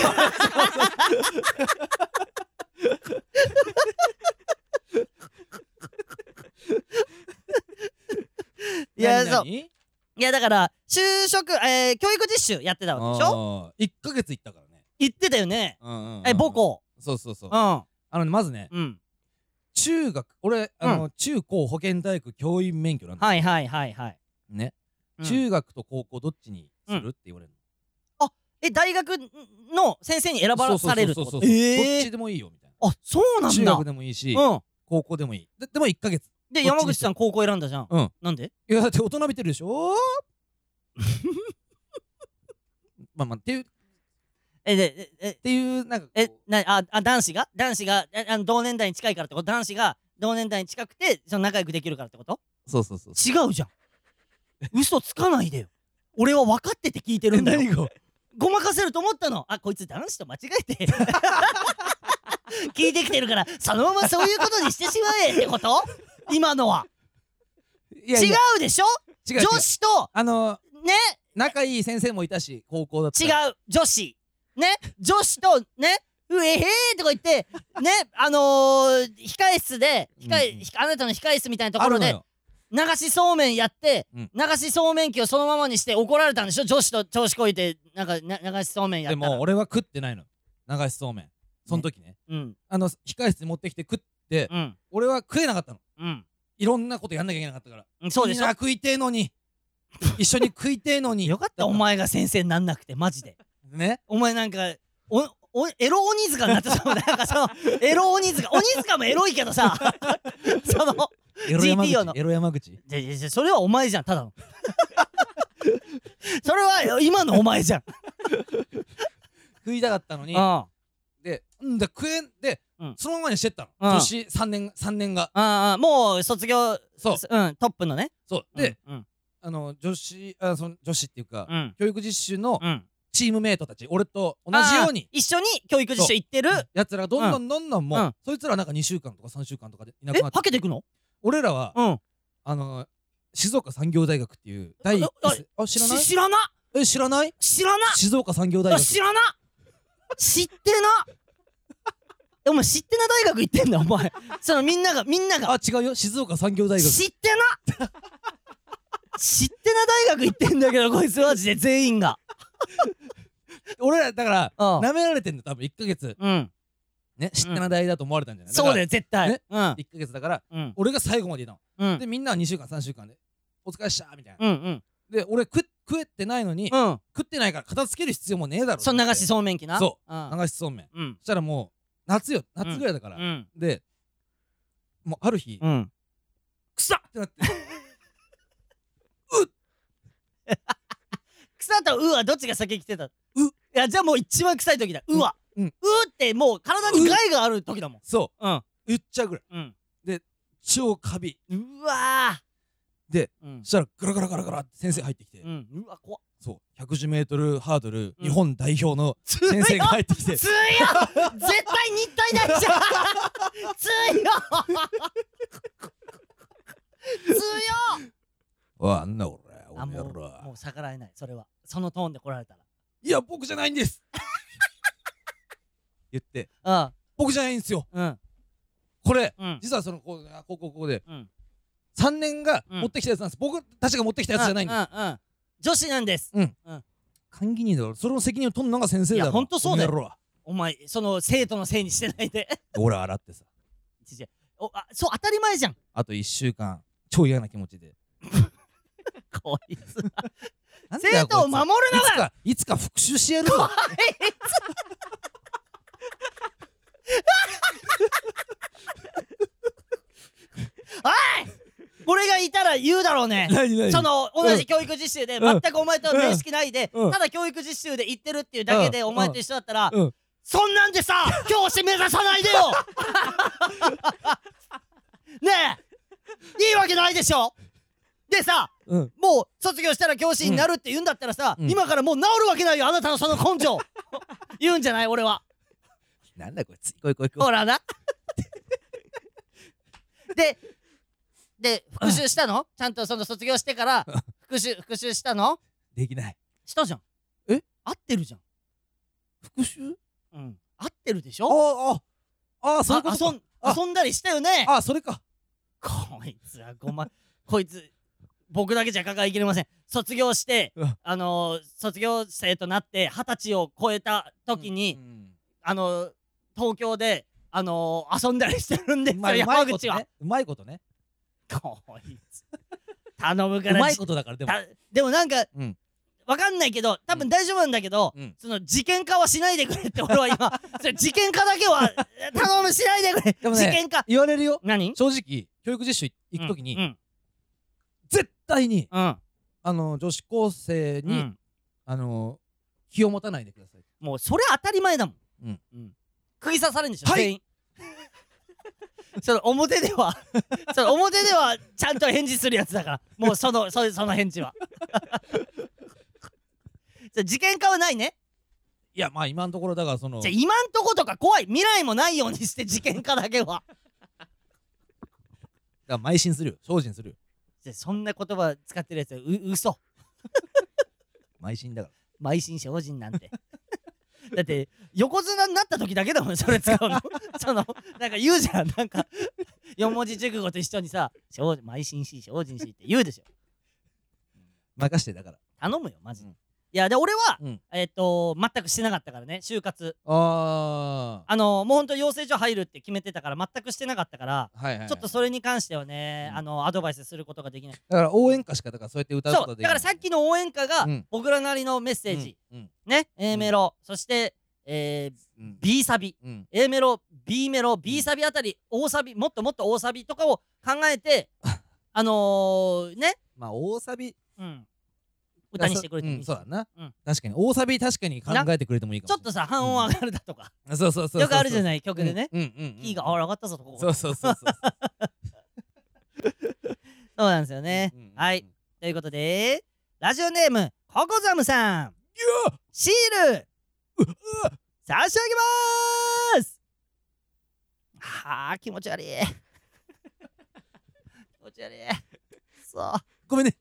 いやそういやだから就職教育実習やってたわけでしょ。 1ヶ月行ったからね。 行ってたよね。母校。 そうそうそう。まずね、中学俺中高保健体育教員免許なんだ。 はいはいはいはいね。中学と高校どっちにするって言われるの？大学の先生に選ばされるってこと？どっちでもいいよみたいな。 そうなんだ。 中学でもいいし高校でもいい。でも1ヶ月で山口さん高校選んだじゃん。なんで？ いやだって大人びてるでしょ。まあっていうっていうなんか男子が同年代に近いからってこと？男子が同年代に近くてその仲良くできるからってこと？ そうそうそう。 違うじゃん。嘘つかないでよ。俺は分かってて聞いてるんだよ。 何が？ ごまかせると思ったの。こいつ男子と間違えて聞いてきてるからそのままそういうことにしてしまえってこと？今のは違うでしょ。女子とね仲いい先生もいたし高校だったら違う女子ね女子とねうえへーとか言ってね控え室であなたの控え室みたいなところで流しそうめんやって流しそうめん機をそのままにして怒られたんでしょ。女子と調子こいてなんか流しそうめんやったら。 でも俺は食ってないの流しそうめんその時ね。控え室に持ってきて食って俺は食えなかったの。いろんなことやんなきゃいけなかったから。 そうでしょ。 食いてえのに一緒に食いてえのに。 よかったお前が先生になんなくてマジでね。 お前なんかエロ鬼塚になってたもん。なんかそのエロ鬼塚もエロいけどさそのGTO のエロ山口それはお前じゃんただのそれは今のお前じゃん。 食いたかったのにで食えんでそのままにしてったの。女子3年がもう卒業トップのね。 そうで女子っていうか教育実習のチームメイトたち俺と同じように一緒に教育実習行ってるやつらがどんどんもうそいつらなんか2週間とか3週間とかでいなくなって。 はけていくの？ 俺らは静岡産業大学っていう知らない？ 知らな知らない？ 知らな静岡産業大学知らな知ってなお前知ってな大学行ってんだお前。そのみんなが違うよ静岡産業大学知ってな知ってな大学行ってんだけどこいつマジで全員が俺らだから舐められてんだ多分1ヶ月ね知ってな大だと思われたんじゃない？ そうだよ絶対 1ヶ月だから俺が最後までいたのでみんなは2週間3週間でお疲れっしたみたいなで俺食えてないのに食ってないから片付ける必要もねえだろ。 そう流しそうめん機な。 そう流しそうめんそしたらもう夏ぐらいだからでもうある日くさってなって草とうはどっちが先来てた？いやじゃあもう一番臭い時だ。うはうってもう体に害がある時だもん。 そう言っちゃうぐらいで超カビ。 うわでそしたらガラガラガラガラって先生入ってきてうわ怖っ。 そう 110m ハードル日本代表の先生が入ってきて、 強っ絶対日体大じゃん強っわあんな俺あ、もう逆らえない。それはそのトーンで来られたら、 いや僕じゃないんです言って、 ああ僕じゃないんですよ、これ、実はそのここで、3年が持ってきたやつなんです。僕たちが持ってきたやつじゃないんです。 女子なんです。 歓迎にだろ。それの責任を取るのが先生だろ。 いやほんとそうだよ。お前その生徒のせいにしてないで俺洗ってさ、 そう当たり前じゃん。 あと1週間超嫌な気持ちでこいつ生徒を守るのがいつか復讐してやるぞおい俺がいたら言うだろうね。その同じ教育実習で全くお前と面識ないで、ただ教育実習で行ってるっていうだけでお前と一緒だったら、そんなんでさ教師目指さないでよねえ、いいわけないでしょ。でさ、もう卒業したら教師になるって言うんだったらさ、今からもう治るわけないよ、あなたのその根性言うんじゃない？俺は。 なんだこいつ、来いほらなで復習したの？ちゃんとその卒業してから復習したの？ できない。 したじゃん。合ってるじゃん。 復習？ 合ってるでしょ。 そういうこと。 遊んだりしたよね。 それか。 こいつはこいつ僕だけじゃ抱えきれません。卒業して卒業生となって20歳を超えた時に東京で遊んだりしてるんですよ、山口は。 うまいことね。 こいつ頼むからうまいことだから。 でもなんかわかんないけど多分大丈夫なんだけど、その事件化はしないでくれって俺は今事件化だけは頼むしないでくれ。 でもね、 事件化言われるよ。 何？ 正直教育実習行く時に絶対に女子高生に気を持たないでください。 もうそれ当たり前だもん。釘刺されんでしょ全員。その表ではちゃんと返事するやつだから、もうその返事は事件化はないね。 いやまあ今のところだからそのじゃ今んとことか怖い未来もないようにして事件化だけはだから邁進するよ、精進するよ。 じゃそんな言葉使ってるやつは嘘邁進だから。 邁進精進なんてだって横綱になった時だけだもんそれ使うのそのなんか言うじゃん、なんか4文字熟語と一緒にさ邁進し精進しって言うでしょ。 任してだから頼むよマジで。いやで俺は全くしてなかったからね、就活。もうほんと養成所入るって決めてたから全くしてなかったから、ちょっとそれに関してはねアドバイスすることができない。 だから応援歌しかだからそうやって歌うことができない。 そうだからさっきの応援歌が僕らなりのメッセージね、A メロそしてB サビ、A メロ B メロ B サビあたり大サビもっともっと大サビとかを考えてね、 まあ大サビ歌にしてくれてもいい。 そうだな。確かに大サビ確かに考えてくれてもいいかも。 ちょっとさ半音上がるだとかそうよくあるじゃない曲でね。キーが上がったぞとこ。 そうそうなんですよね。はい、ということでラジオネームココザムさん、シール差し上げまーす。はあ気持ち悪い気持ち悪い。そうごめんね。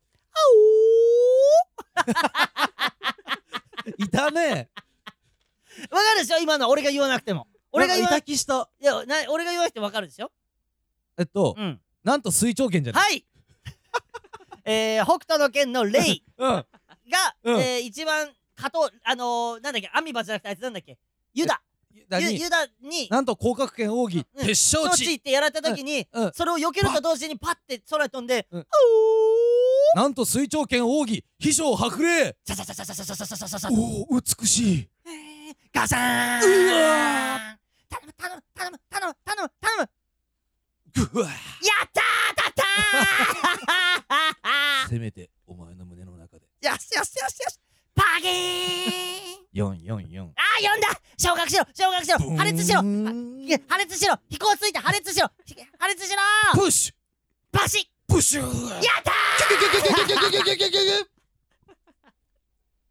いたね。 わかるでしょ今の俺が言わなくても。俺が言わなくても。いや俺が言わなくてもわかるでしょ。 なんと水長剣じゃない。 はい北斗の拳のレイが一番なんだっけアミバじゃなくてあいつなんだっけユダになんと降格拳奥義決勝地ってやられた時にそれを避けると同時にパッて空飛んでなんと水長剣奥義飛翔白霊おお美しいガシャーン。頼むぐわやったー当たったーせめてお前の胸の中でよしパギーン 444 読んだ。昇格しろ破裂しろ飛行ついて破裂しろプッシュバシップッシュやったー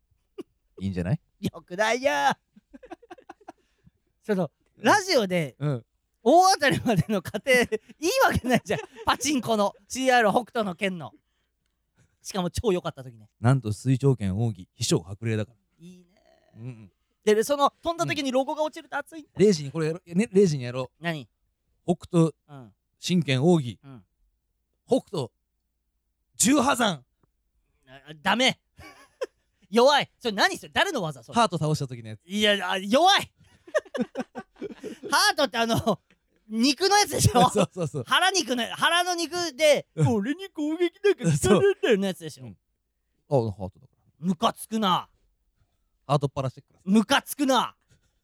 いいんじゃない？ よくないやそのラジオで大当たりまでの過程いいわけないじゃん。パチンコの CR 北斗の剣のしかも超良かった時ね。 なんと水長剣奥義飛翔白霊だから。 いいね。でその飛んだ時にロゴが落ちると熱い。 0時にこれやろう、ね、0時にやろう。 何？ 北斗神剣奥義北斗十波山。 ダメ弱い。それ何それ？誰の技？それハート倒した時のやつ。 いや弱いハートって肉のやつでしょ。 そう腹の肉で俺に攻撃だからされるのやつでしょ。 ハートだからムカつくな。 ハートっ腹してくる。 ムカつくな。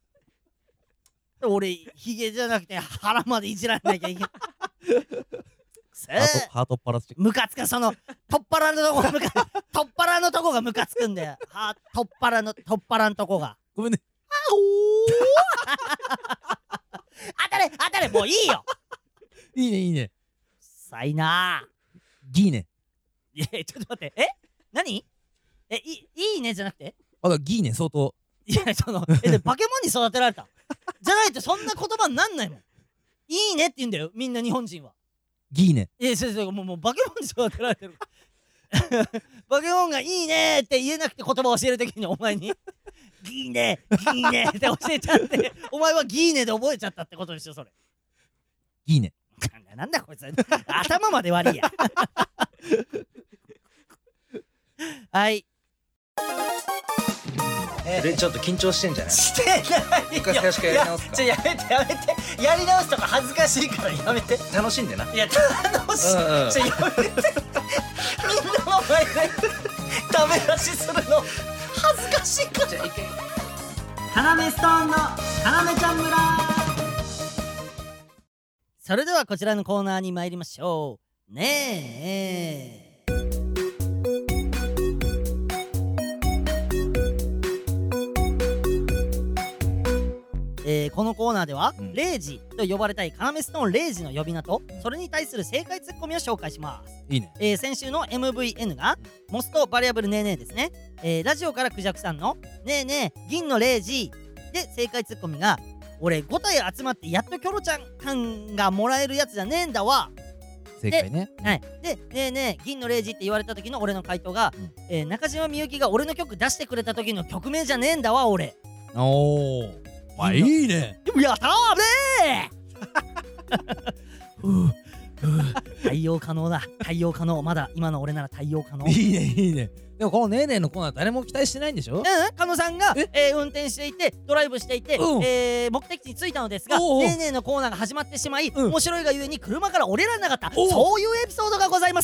俺ヒゲじゃなくて腹までいじらなきゃいけない。 ハートっ腹してくる。 ムカつく。その取っ腹のとこが取っ腹のとこがムカつくんだよ。取っ腹のとこが。 ごめんね。 当たれもういいよ。 いいねさいなギーネ。 いやちょっと待って。何？いいねじゃなくてギーネ相当。 いやでバケモンに育てられたじゃないとそんな言葉になんないもん。いいねって言うんだよみんな日本人は。 ギーネ。 いやそうもうバケモンに育てられてるバケモンがいいねって言えなくて言葉を教えるときにお前にギーネって教えちゃってお前はギーネで覚えちゃったってことでしょそれ。 ギーネなんだこいつ頭まで悪いやはいちょっと緊張してんじゃない？ してないよ。 一回最初からやり直すか？ やめてやり直すとか恥ずかしいからやめて。 楽しんでな。 いや楽しい。やめてみんなの前でダメ出しするの恥ずかしいから。じゃあ一回カナメストーンのカナメちゃん村。それではこちらのコーナーに参りましょう。ねえこのコーナーでは、レイジと呼ばれたいカナメストーンレイジの呼び名とそれに対する正解ツッコミを紹介します。 いいね。 先週の MVN がモストバリアブルねえねえですね。ラジオからクジャクさんのねえねえ銀のレイジで正解ツッコミが俺5体集まってやっとキョロちゃん感がもらえるやつじゃねえんだわ。 正解ね。 はいでねえねえ銀のレイジって言われた時の俺の回答が、中島みゆきが俺の曲出してくれた時の曲名じゃねえんだわ俺。 おーいいね。 やったー対応可能。まだ今の俺なら対応可能。 いいね。でもこのねえねえのコーナー誰も期待してないんでしょ？ 加野さんが運転していてドライブしていて目的地に着いたのですがねえねえのコーナーが始まってしまい面白いがゆえに車から降りられなかったそういうエピソードがございます。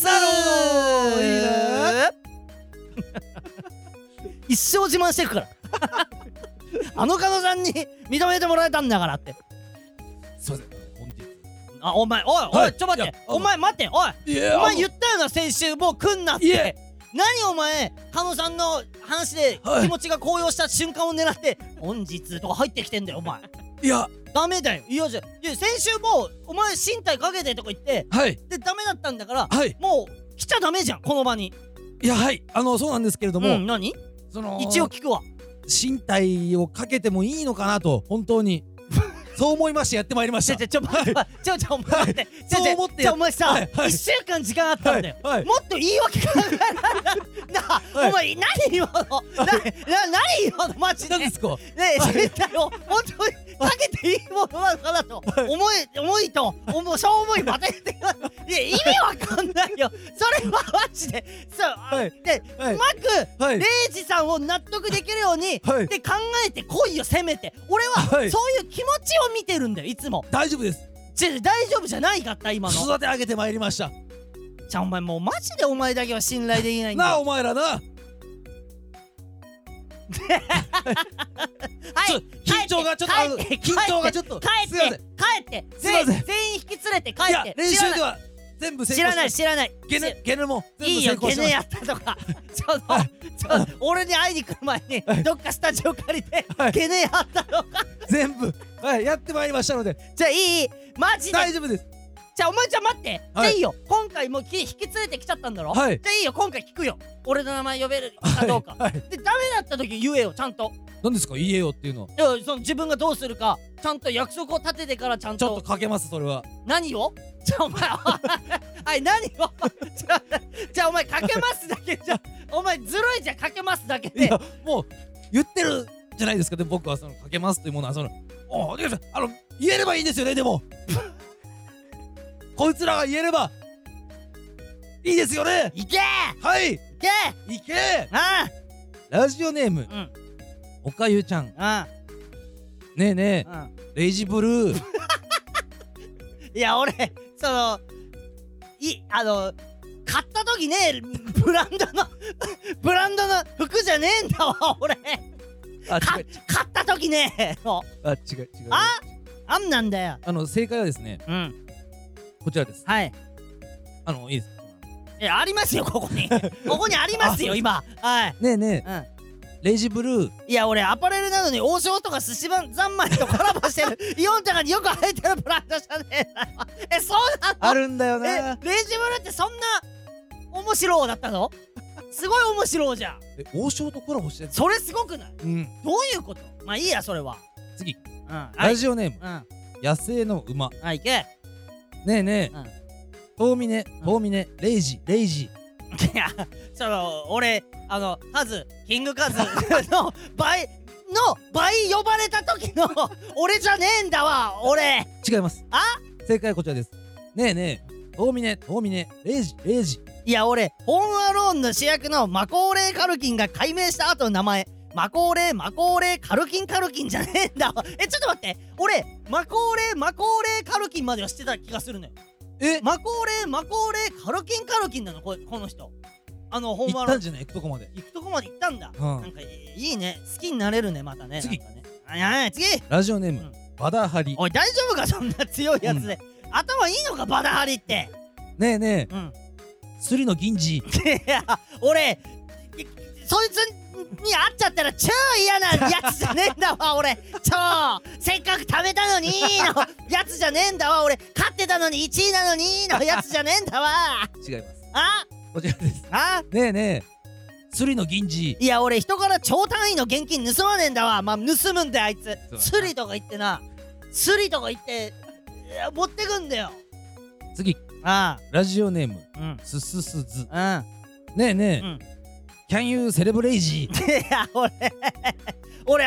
一生自慢してるから加野さんに認めてもらえたんだからって。 すいません本日お前ちょっと待ってお前待ってお前言ったよな先週もう来んなって。何お前加野さんの話で気持ちが高揚した瞬間を狙って本日とか入ってきてんだよお前。 いやダメだよ。いや先週もお前身体かけてとか言ってでダメだったんだからもう来ちゃダメじゃんこの場に。 いやそうなんですけれども何一応聞くわ。 身体をかけてもいいのかなと本当にそう思いましてやってまいりました。 お前待ってそう思ってお前さ1週間時間あったんだよ。もっと言い訳考えられなお前何今の何今のマジで何ですか？ 身体を本当にかけていいものなのかなと思いとしょうもいまた言ってください。いや意味わかんないよそれはマジで。でうまくレイジさんを納得できるようにで考えてこいよせめて。俺はそういう気持ちを見てるんだよいつも。 大丈夫です。 大丈夫じゃないかった今の。 育て上げてまいりました。 じゃあお前もうマジでお前だけは信頼できないんだよ。 なあお前らな緊張がちょっと帰って全員引き連れて帰って。 練習では全部成功した。 知らない。 ゲネも全部成功した。 いいよゲネやったとか俺に会いに来る前にどっかスタジオ借りてゲネやったとか全部やってまいりましたので。 じゃあいいマジで大丈夫です。 じゃあお前じゃあ待って、じゃあいいよ、今回もう引き連れてきちゃったんだろ。じゃあいいよ、今回聞くよ、俺の名前呼べるかどうか。でダメだった時言えよ、ちゃんと。 何ですか言えよっていうのは。 いや、その自分がどうするかちゃんと約束を立ててからちゃんと。 ちょっとかけます、それは。 何を？じゃあお前はい、何をじゃあお前かけますだけじゃお前ずるいじゃん、かけますだけで。 いやもう言ってるじゃないですか。で僕はそのかけますというものはその言えればいいんですよね。でもこいつらが言えればいいですよね。 いけー、 はい、 いけーいけー。あラジオネーム、おかゆちゃん。ねえねえ、レイジブルー。 いや俺その買った時ね、ブランドの服じゃねえんだわ俺。買った時ね。 違う。 あんなんだよ。 正解はですね、こちらです。 はい。 いいです。 ありますよ、ここにここにありますよ今。はい。 ねえねえ、レイジブルー。 いや俺アパレルなのに王将とか寿司三昧とコラボしてるイオンとかによく入ってるブランドじゃねえだよ。そうなの？ あるんだよな。 レイジブルーってそんな面白だったの？すごい面白いじゃん。 王将とコラボしてる。 それすごくない？どういうこと？まあいいや、それは。 次、ラジオネーム、野生の馬。 いけ。 ねえねえ、遠峰レイジ。いや、俺カズキングカズの倍呼ばれた時の俺じゃねえんだわ俺。 違います。正解はこちらです。ねえねえ、遠峰レイジ。 いや俺ホームアローンの主役のマコーレー・カルキンが改名した後の名前マコーレーカルキンじゃねえんだわ。ちょっと待って、俺マコーレーカルキンまでは知ってた気がするね。マコーレーカルキンなのこの人。ホームアローン行ったんじゃない？行くとこまで行ったんだ。なんかいいね、好きになれるね、またね。次ラジオネーム、バダハリ。 おい大丈夫か、そんな強いやつで。頭いいのかバダハリって。 ねえねえ、スリの銀次。 いや俺そいつに会っちゃったら超嫌なやつじゃねえんだわ俺。せっかく食べたのにのやつじゃねえんだわ俺。勝ってたのに1位なのにのやつじゃねえんだわ。 違います。こちらです。ねえねえ、スリの銀次。 いや俺人から超単位の現金盗まねえんだわ。盗むんだよあいつ。スリとか言って持ってくんだよ。 次、ラジオネーム、すすすず。ねえねえ、Can you celebrate? いや俺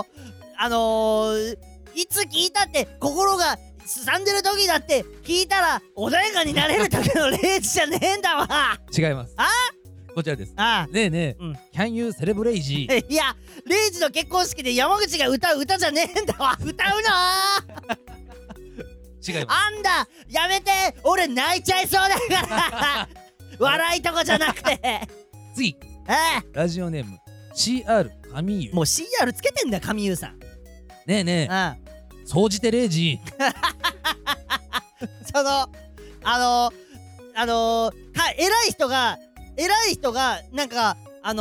いつ聞いたって心がすさんでる時だって聞いたら穏やかになれる時のレイジじゃねえんだわ。 違います。こちらです。ねえねえ、Can you celebrate? いやレイジの結婚式で山口が歌う歌じゃねえんだわ。歌うな違います。 あんだやめて、俺泣いちゃいそうだから笑いとこじゃなくて。 次、ラジオネーム CR 神優。 もう CR つけてんだ神優さん。 ねえねえ、総じてレイジ。 偉い人がなんか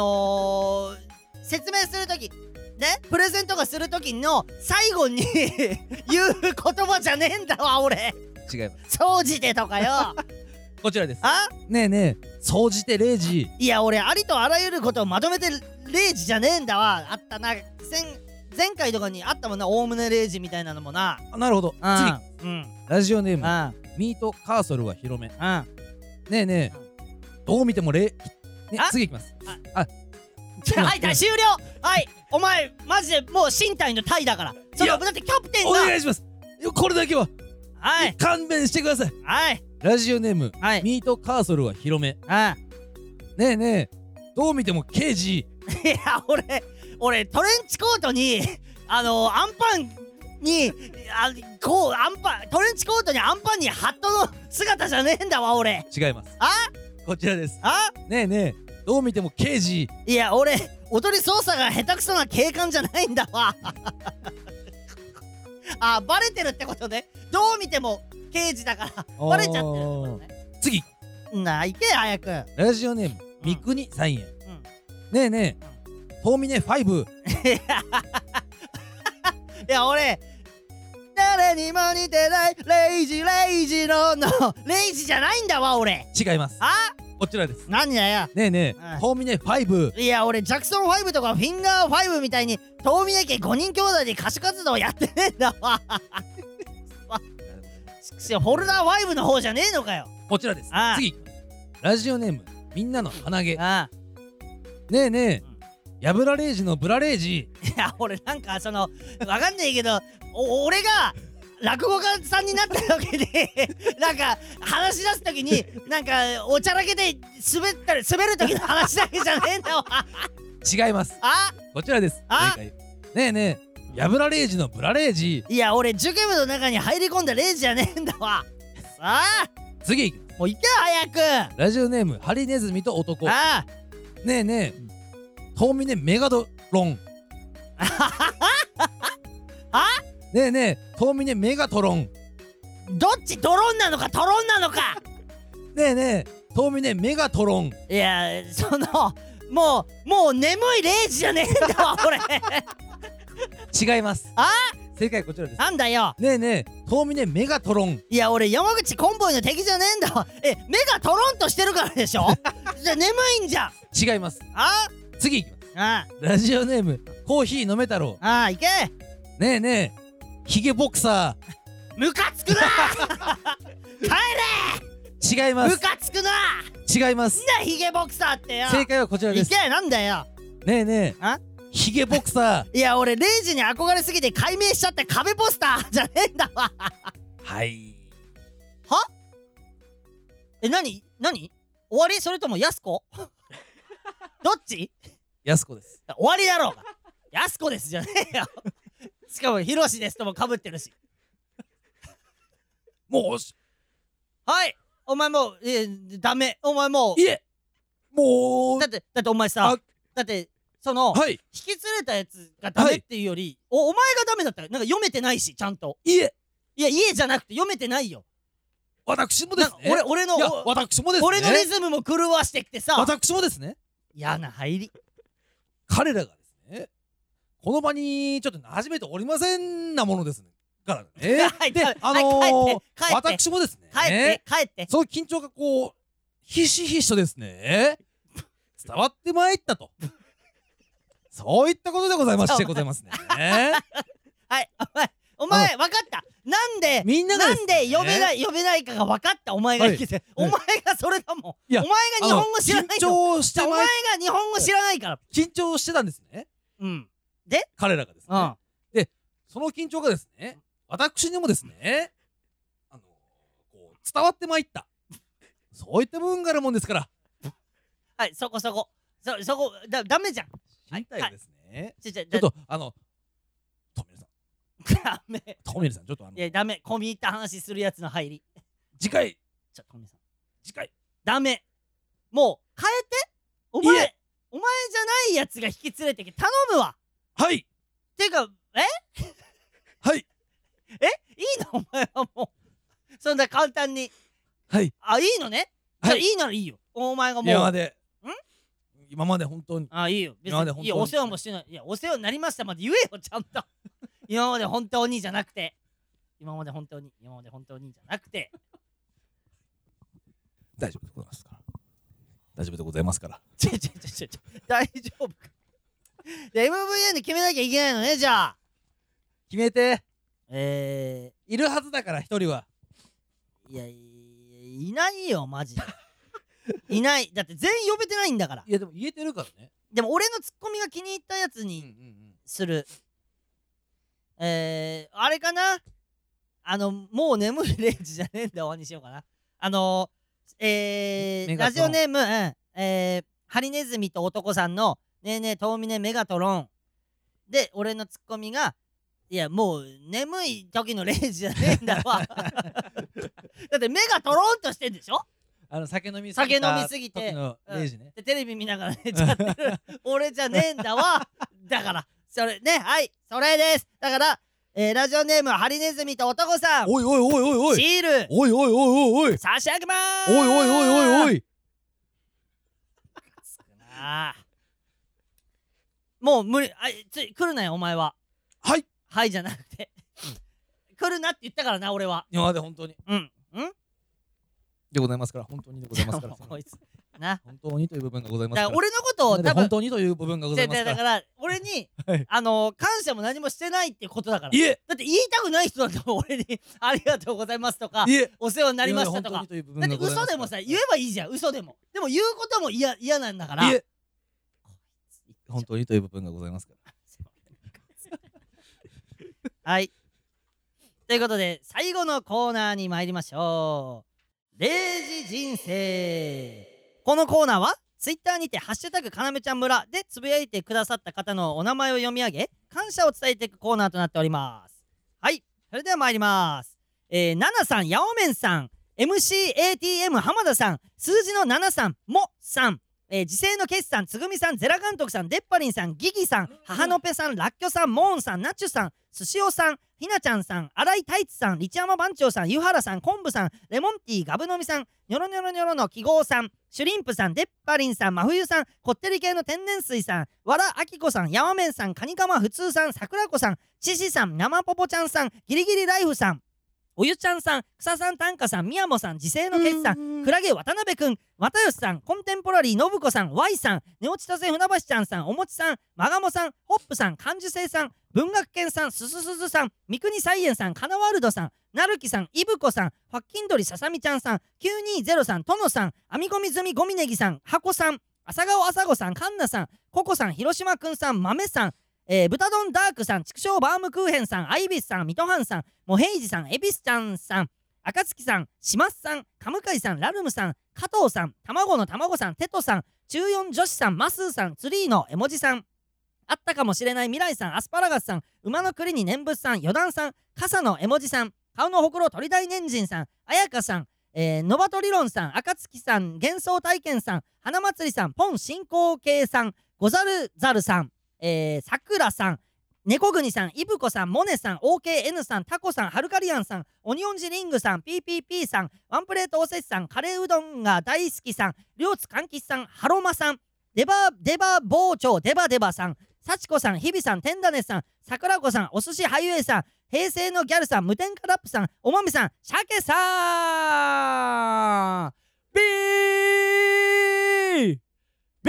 説明するときね、プレゼントがするときの最後に言う言葉じゃねえんだわ俺。 違います。 総じてとかよ。 こちらです。ねえねえ、総じてレイジ。 いや俺ありとあらゆることをまとめてレイジじゃねえんだわ。あったな、前回とかにあったもんな、おおむねレイジみたいなのもな。 なるほど。次、ラジオネームミートカーソルは広め。ねえねえ、どう見ても次いきます。 はい、終了。はい、お前マジでもう身体の体だから。だってキャプテンが。 お願いします。これだけは勘弁してください。 はいラジオネーム、ミートカーソルは広め。ねえねえ、どう見ても刑事。 いや俺トレンチコートにアンパンにトレンチコートにアンパンにハットの姿じゃねえんだわ俺。 違います。こちらです。ねえねえ、どう見ても刑事。 いや俺踊り操作が下手くそな警官じゃないんだわ。バレてるってことね。どう見ても刑事だからバレちゃってるってことね。次行け早く。 ラジオネーム三国3円。ねえねえ、遠峰5。 いや俺誰にも似てないレイジレイジじゃないんだわ俺。 違います。 あ、 こちらです。 何だよ。 ねえねえ、遠峰5。 いや俺ジャクソン5とかフィンガー5みたいに遠峰家5人兄弟で歌手活動やってねえんだわ。フォルダー5の方じゃねえのかよ。 こちらです。次、ラジオネームみんなの鼻毛。ねえねえ、ヤブラレイジのブラレイジ。 いや俺なんかそのわかんねえけど俺が落語家さんになった時になんか話し出す時になんかおちゃらけで滑る時の話だけじゃねえんだわ。 違います。こちらです。正解。ねえねえ、ヤブラレイジのブラレイジ。 いや俺受験部の中に入り込んだレイジじゃねえんだわ。さあ次、 もう行け早く。 ラジオネームハリネズミと男。ねえねえ、遠峰メガドロン。ねえねえ、遠峰メガトロン。 どっちドロンなのかトロンなのか。 ねえねえ、遠峰メガトロン。 いやそのもう眠いレイジじゃねえんだわ俺。 違います。正解こちらです。 なんだよ。 ねえねえ、遠峰メガトロン。 いや俺山口コンボイの敵じゃねえんだわ。目がトロンとしてるからでしょ。じゃ眠いんじゃん。 違います。次いきます。ラジオネームコーヒー飲め太郎。 行け。 ねえねえ、ヒゲボクサー。ムカつくな。帰れ。違います。 ムカつくな。 違います。 なんだヒゲボクサーってよ。 正解はこちらです。 いけ。なんだよ。 ねえねえ、ヒゲボクサー。いや俺レイジに憧れすぎて改名しちゃった壁ポスターじゃねえんだわ。 はい。 は？何終わり？それともやすこ？どっち？ やすこです。 終わりだろうが。やすこですじゃねえよ。しかもひろしですともかぶってるし。 もうはい、お前もうダメ。お前もういえ、もうだってお前さ、だってその、引き連れたやつがダメっていうより、お前がダメだったらなんか読めてないしちゃんと。いや家じゃなくて読めてないよ。 私もですね。 俺の私もですね。 俺のリズムも狂わしてきてさ。 私もですね。 嫌な入り。 彼らがですね、この場にちょっと馴染めておりませんなものですね。からね。で、私もですね。 帰って。 そういう緊張がこうひしひしとですね伝わってまいったと。そういったことでございましてございますね。 はい、お前分かった。なんでみんななんで呼べないかが分かった。お前が言ってて、お前がそれだもん。お前が日本語知らないの。お前が日本語知らないから。 緊張してたんですね。 で彼らがですね。でその緊張がですね、私にもですね、こう伝わってまいった。そういった部分があるもんですから。 はい、そこダメじゃん。 身体をですね、 ちょっとトミルさん。 ダメ。 トミルさんちょっといやダメ。込み入った話するやつの入り。 次回。 トミルさん。 次回。 ダメ。もう変えて。お前じゃないやつが引き連れてきて頼むわ。 はい。 てかはい。 いいのお前はもうそんな簡単に。 はい。 いいのね。じゃあいいならいいよ。お前がもう今まで本当に。 いいよ。別にいやお世話もしてない。いやお世話になりましたまで言えよちゃんと。今まで本当にじゃなくて。今まで本当にじゃなくて。 大丈夫でございますから。大丈夫でございますから。 大丈夫か。MVN 決めなきゃいけないのね。じゃあ決めて。 いるはずだから一人は。 いやいないよマジで。いない。だって全員呼べてないんだから。 いやでも言えてるからね。 でも俺のツッコミが気に入ったやつにする。あれかな、もう眠いレイジじゃねえんだわにしようかな。ラジオネームハリネズミと男さんのねえねえ遠峰メガトロンで、俺のツッコミがいやもう眠い時のレイジじゃねえんだわ。だって目がトロンとしてんでしょ。 酒飲みすぎてでテレビ見ながら寝ちゃってる俺じゃねえんだわ。だからそれね、はいそれです。だからラジオネームハリネズミと男さん、 おいおいおいおいおい、 シールおいおいおいおいおい差し上げまーす。 おいおいおいおいおい、もう無理。 来るなよお前は。 はいはいじゃなくて来来るなって言ったからな俺は。 今まで本当にでございますから、本当にでございますから。 こいつな、 本当にという部分がございますから。 だから俺のことを多分本当にという部分がございますから。 だから俺に感謝も何もしてないってことだから。 いえ、 だって言いたくない人だと俺にありがとうございますとかお世話になりましたとか。だって嘘でもさ言えばいいじゃん、嘘でも。でも言うことも嫌なんだから。 いえ、本当にという部分がございますから。 はい、ということで最後のコーナーに参りましょう。0時人生。このコーナーはツイッターにてハッシュタグかなめちゃん村でつぶやいてくださった方のお名前を読み上げ感謝を伝えていくコーナーとなっております。はい、それでは参ります。ナナさん、ヤオメンさん、 MCATM 浜田さん、数字の7さん、もさん、時世の決さん、つぐみさん、ゼラ監督さん、でっぱりんさん、ギギさん、母のぺさん、らっきょさん、モーンさん、ナチュさん、すしおさん、ひなちゃんさん、新井太一さん、リチヤマ番長さん、湯原さん、昆布さん、レモンティー、ガブ飲みさん、ニョロニョロニョロの記号さん、シュリンプさん、でっぱりんさん、真冬さん、こってり系の天然水さん、わらあきこさん、やわめんさん、カニカマ普通さん、さくらこさん、ちしさん、生ポポちゃんさん、ギリギリライフさん、おゆちゃんさん、草さん、たんかさん、みやもさん、時世の決さん、クラゲ渡辺くん、又吉さん、コンテンポラリー信子さん、Y さん、寝落ちたせ船橋ちゃんさん、おもちさん、まがもさん、ホップさん、感受性さん、文学研さん、すすすずさん、三国菜園さん、かなワールドさん、なるきさん、いぶこさん、ファッキンドリささみちゃんさん、920さん、とのさん、編み込み済みゴミネギさん、はこさん、朝顔あさごさん、かんなさん、ここさん、広島くんさん、豆さん、豚丼ダークさん、畜生バームクーヘンさん、アイビスさん、ミトハンさん、モヘイジさん、エビスちゃんさん、あかつきさん、しますさん、カムカイさん、ラルムさん、加藤さん、卵の卵さん、テトさん、中4女子さん、マスーさん、ツリーの絵文字さん、あったかもしれない未来さん、アスパラガスさん、馬の栗に念仏さん、余談さん、傘の絵文字さん、顔のほくろ鳥大年人さん、あやかさん、ノバト理論さん、あかつきさん、幻想体験さん、花祭りさん、ポン進行形さん、ござるざるさん、さくらさん、猫国さん、いぶこさん、モネさん、 OKN さん、タコさん、ハルカリアンさん、オニオンジリングさん、 PPP さん、ワンプレートおせちさん、カレーうどんが大好きさん、りょうつかんきしさん、ハロマさん、デバ傍聴デバデバさん、さちこさん、ひびさん、てんだねさん、さくらこさん、お寿司ハイウェイさん、平成のギャルさん、無添加ラップさん、おまみさん、しゃけさん、ビービ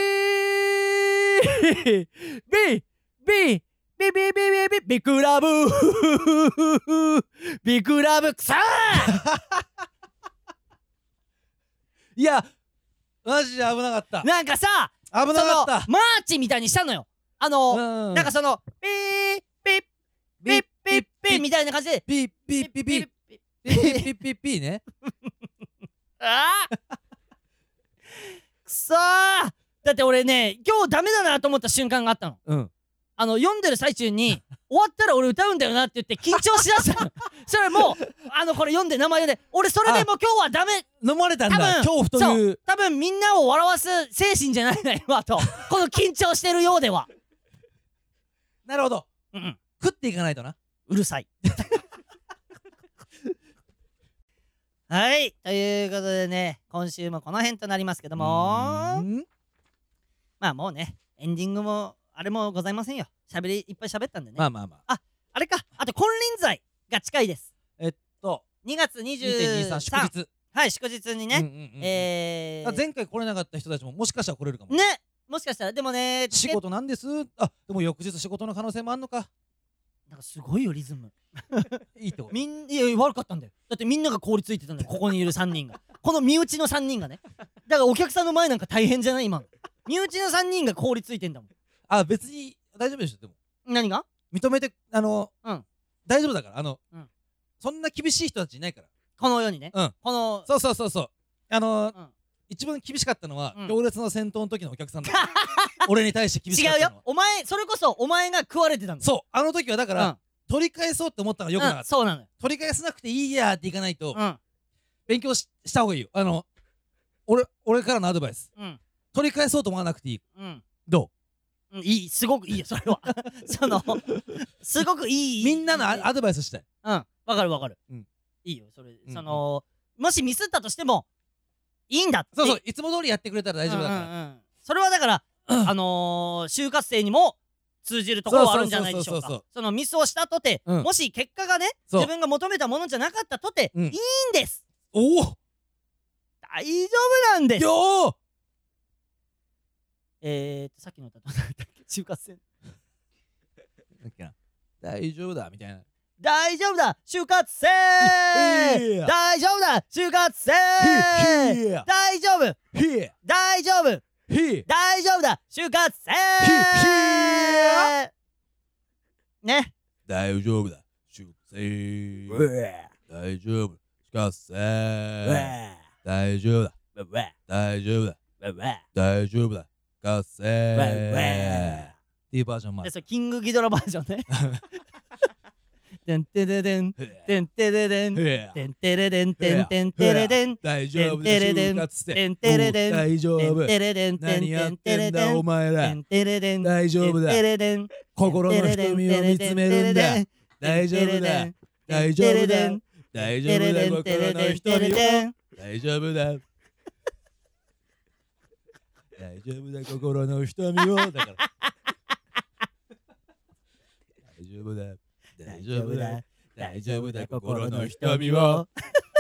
ービービビビビビビビクラブビクラブくさいやマジで危なかった。 なんかさ、 危なかった。 マーチみたいにしたのよ。なんかそのピーピッピッピッピッみたいな感じでピッピッピッピッピッピッピッピッね。 ああくそー。だって俺ね、今日ダメだなと思った瞬間があったの。読んでる最中に終わったら俺歌うんだよなって言って緊張しだしたの。それもうこれ読んで名前読んで俺それでもう今日はダメ。 飲まれたんだ。恐怖という。 多分みんなを笑わす精神じゃないな今とこの緊張してるようでは。 なるほど。食っていかないとな。 うるさい。はい、ということでね、今週もこの辺となりますけども、まあもうねエンディングもあれもございませんよ。いっぱい喋ったんでね。 あれか。あと金輪際が近いです。2月23 祝日。 はい、祝日にね。 前回来れなかった人たちももしかしたら来れるかもね。もしかしたらでもね仕事なんです。でも翌日仕事の可能性もあんのか。 なんかすごいよリズム。 いいってこと。 いや悪かったんだよ。だってみんなが凍りついてたんだよ。ここにいる3人が。この身内の3人がね。だからお客さんの前なんか大変じゃない今。身内の3人が凍りついてんだもん。 別に大丈夫でしょ。でも何が認めて大丈夫だからそんな厳しい人たちいないからこの世にね。このそう一番厳しかったのは行列の先頭の時のお客さんだ。俺に対して厳しかったのは。 違うよ。お前それこそお前が食われてたんだ。 そうあの時はだから取り返そうって思ったのがよくなかった。 そうなのよ。 取り返さなくていいやっていかないと勉強した方がいいよ。俺からのアドバイス。取り返そうと思わなくていい。どう？いい、すごくいいよそれは。すごくいい。 みんなのアドバイスしたい。 わかる。いいよそれ。もしミスったとしてもいいんだって。 そういつも通りやってくれたら大丈夫だから。 それはだから就活生にも通じるところはあるんじゃないでしょうか。そのミスをしたとて、もし結果がね自分が求めたものじゃなかったとていいんです。 おお、 大丈夫なんです。 よー。さっきの歌どうだったっけ？就活生大丈夫だみたいな。 大丈夫だ就活生大丈夫だ就活生大丈夫大丈夫大丈夫だ就活生ね。 大丈夫だ就活生大丈夫就活生大丈夫だ大丈夫だ大丈夫だ就活生っていうバージョンもある。 それキングギドラバージョンね。てんてれでんてんてれでんてんてれでんてんてんてれでん大丈夫だ就活生てんてれでん大丈夫何やってんだお前ら大丈夫だ心の瞳を見つめるんだ大丈夫だ大丈夫だ大丈夫だ心の瞳を大丈夫だ大丈夫だ心の瞳をだから大丈夫だ大丈夫だ大丈夫だ心の瞳を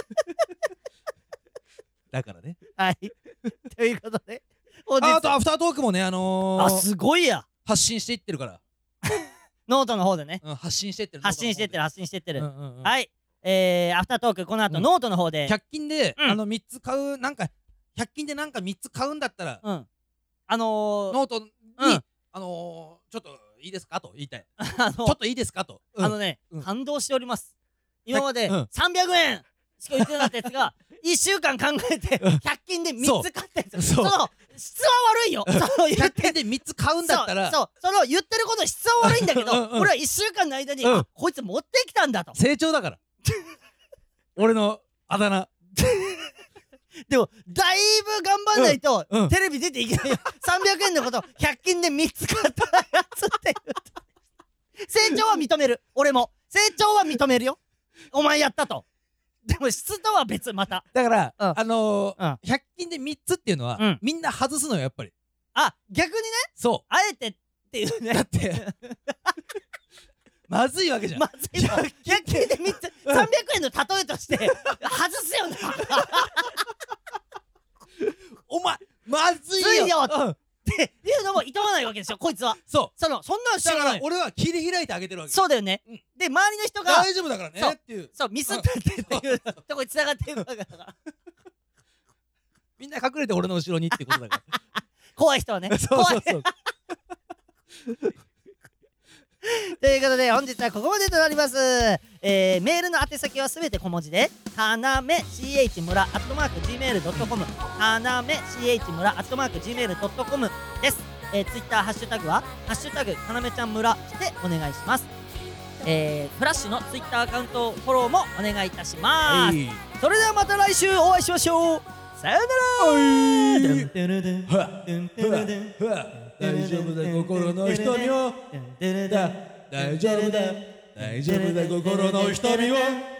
だからね。 はいということであとアフタートークもねすごいや発信していってるからノートの方でね発信していってる発信してってるはいアフタートークこの後ノートの方で 100均で3つ買うなんか100均でなんか3つ買うんだったらノートにちょっといいですかと言いたい。ちょっといいですかと。 感動しております。今まで300円しか言ってなかったやつが1週間考えて100均で3つ買ったやつ。その質は悪いよ。 100均で3つ買うんだったらその言ってること質は悪いんだけど俺は1週間の間にこいつ持ってきたんだと。 成長だから俺のあだ名。 でもだいぶ頑張んないとテレビ出ていけないよ。300円のこと100均で3つ買ったやつって成長は認める。俺も成長は認めるよ。お前やったと。でも質とは別。まただから100均で3つっていうのはみんな外すのよやっぱり。 逆にね。 そうあえてっていうね。 だってまずいわけじゃん。 まずいの。100均で3つ300円の例えとして外すよな。 お前まずいよっていうのもいとわないわけでしょこいつは。そんなの知らない。 俺は切り開いてあげてるわけ。 そうだよね。で周りの人が大丈夫だからねっていうミスったっていうとこに繋がってるわけだからみんな隠れて俺の後ろにってことだから怖い人はね。怖いということで本日はここまでとなります。メールの宛先はすべて小文字でかなめ CH 村@gmail.com かなめ CH 村@gmail.com です。ツイッターハッシュタグはハッシュタグかなめちゃん村でお願いします。フラッシュのツイッターアカウントフォローもお願いいたします。それではまた来週お会いしましょう。さよなら。 大丈夫だ心の瞳を大丈夫だ大丈夫だ心の瞳を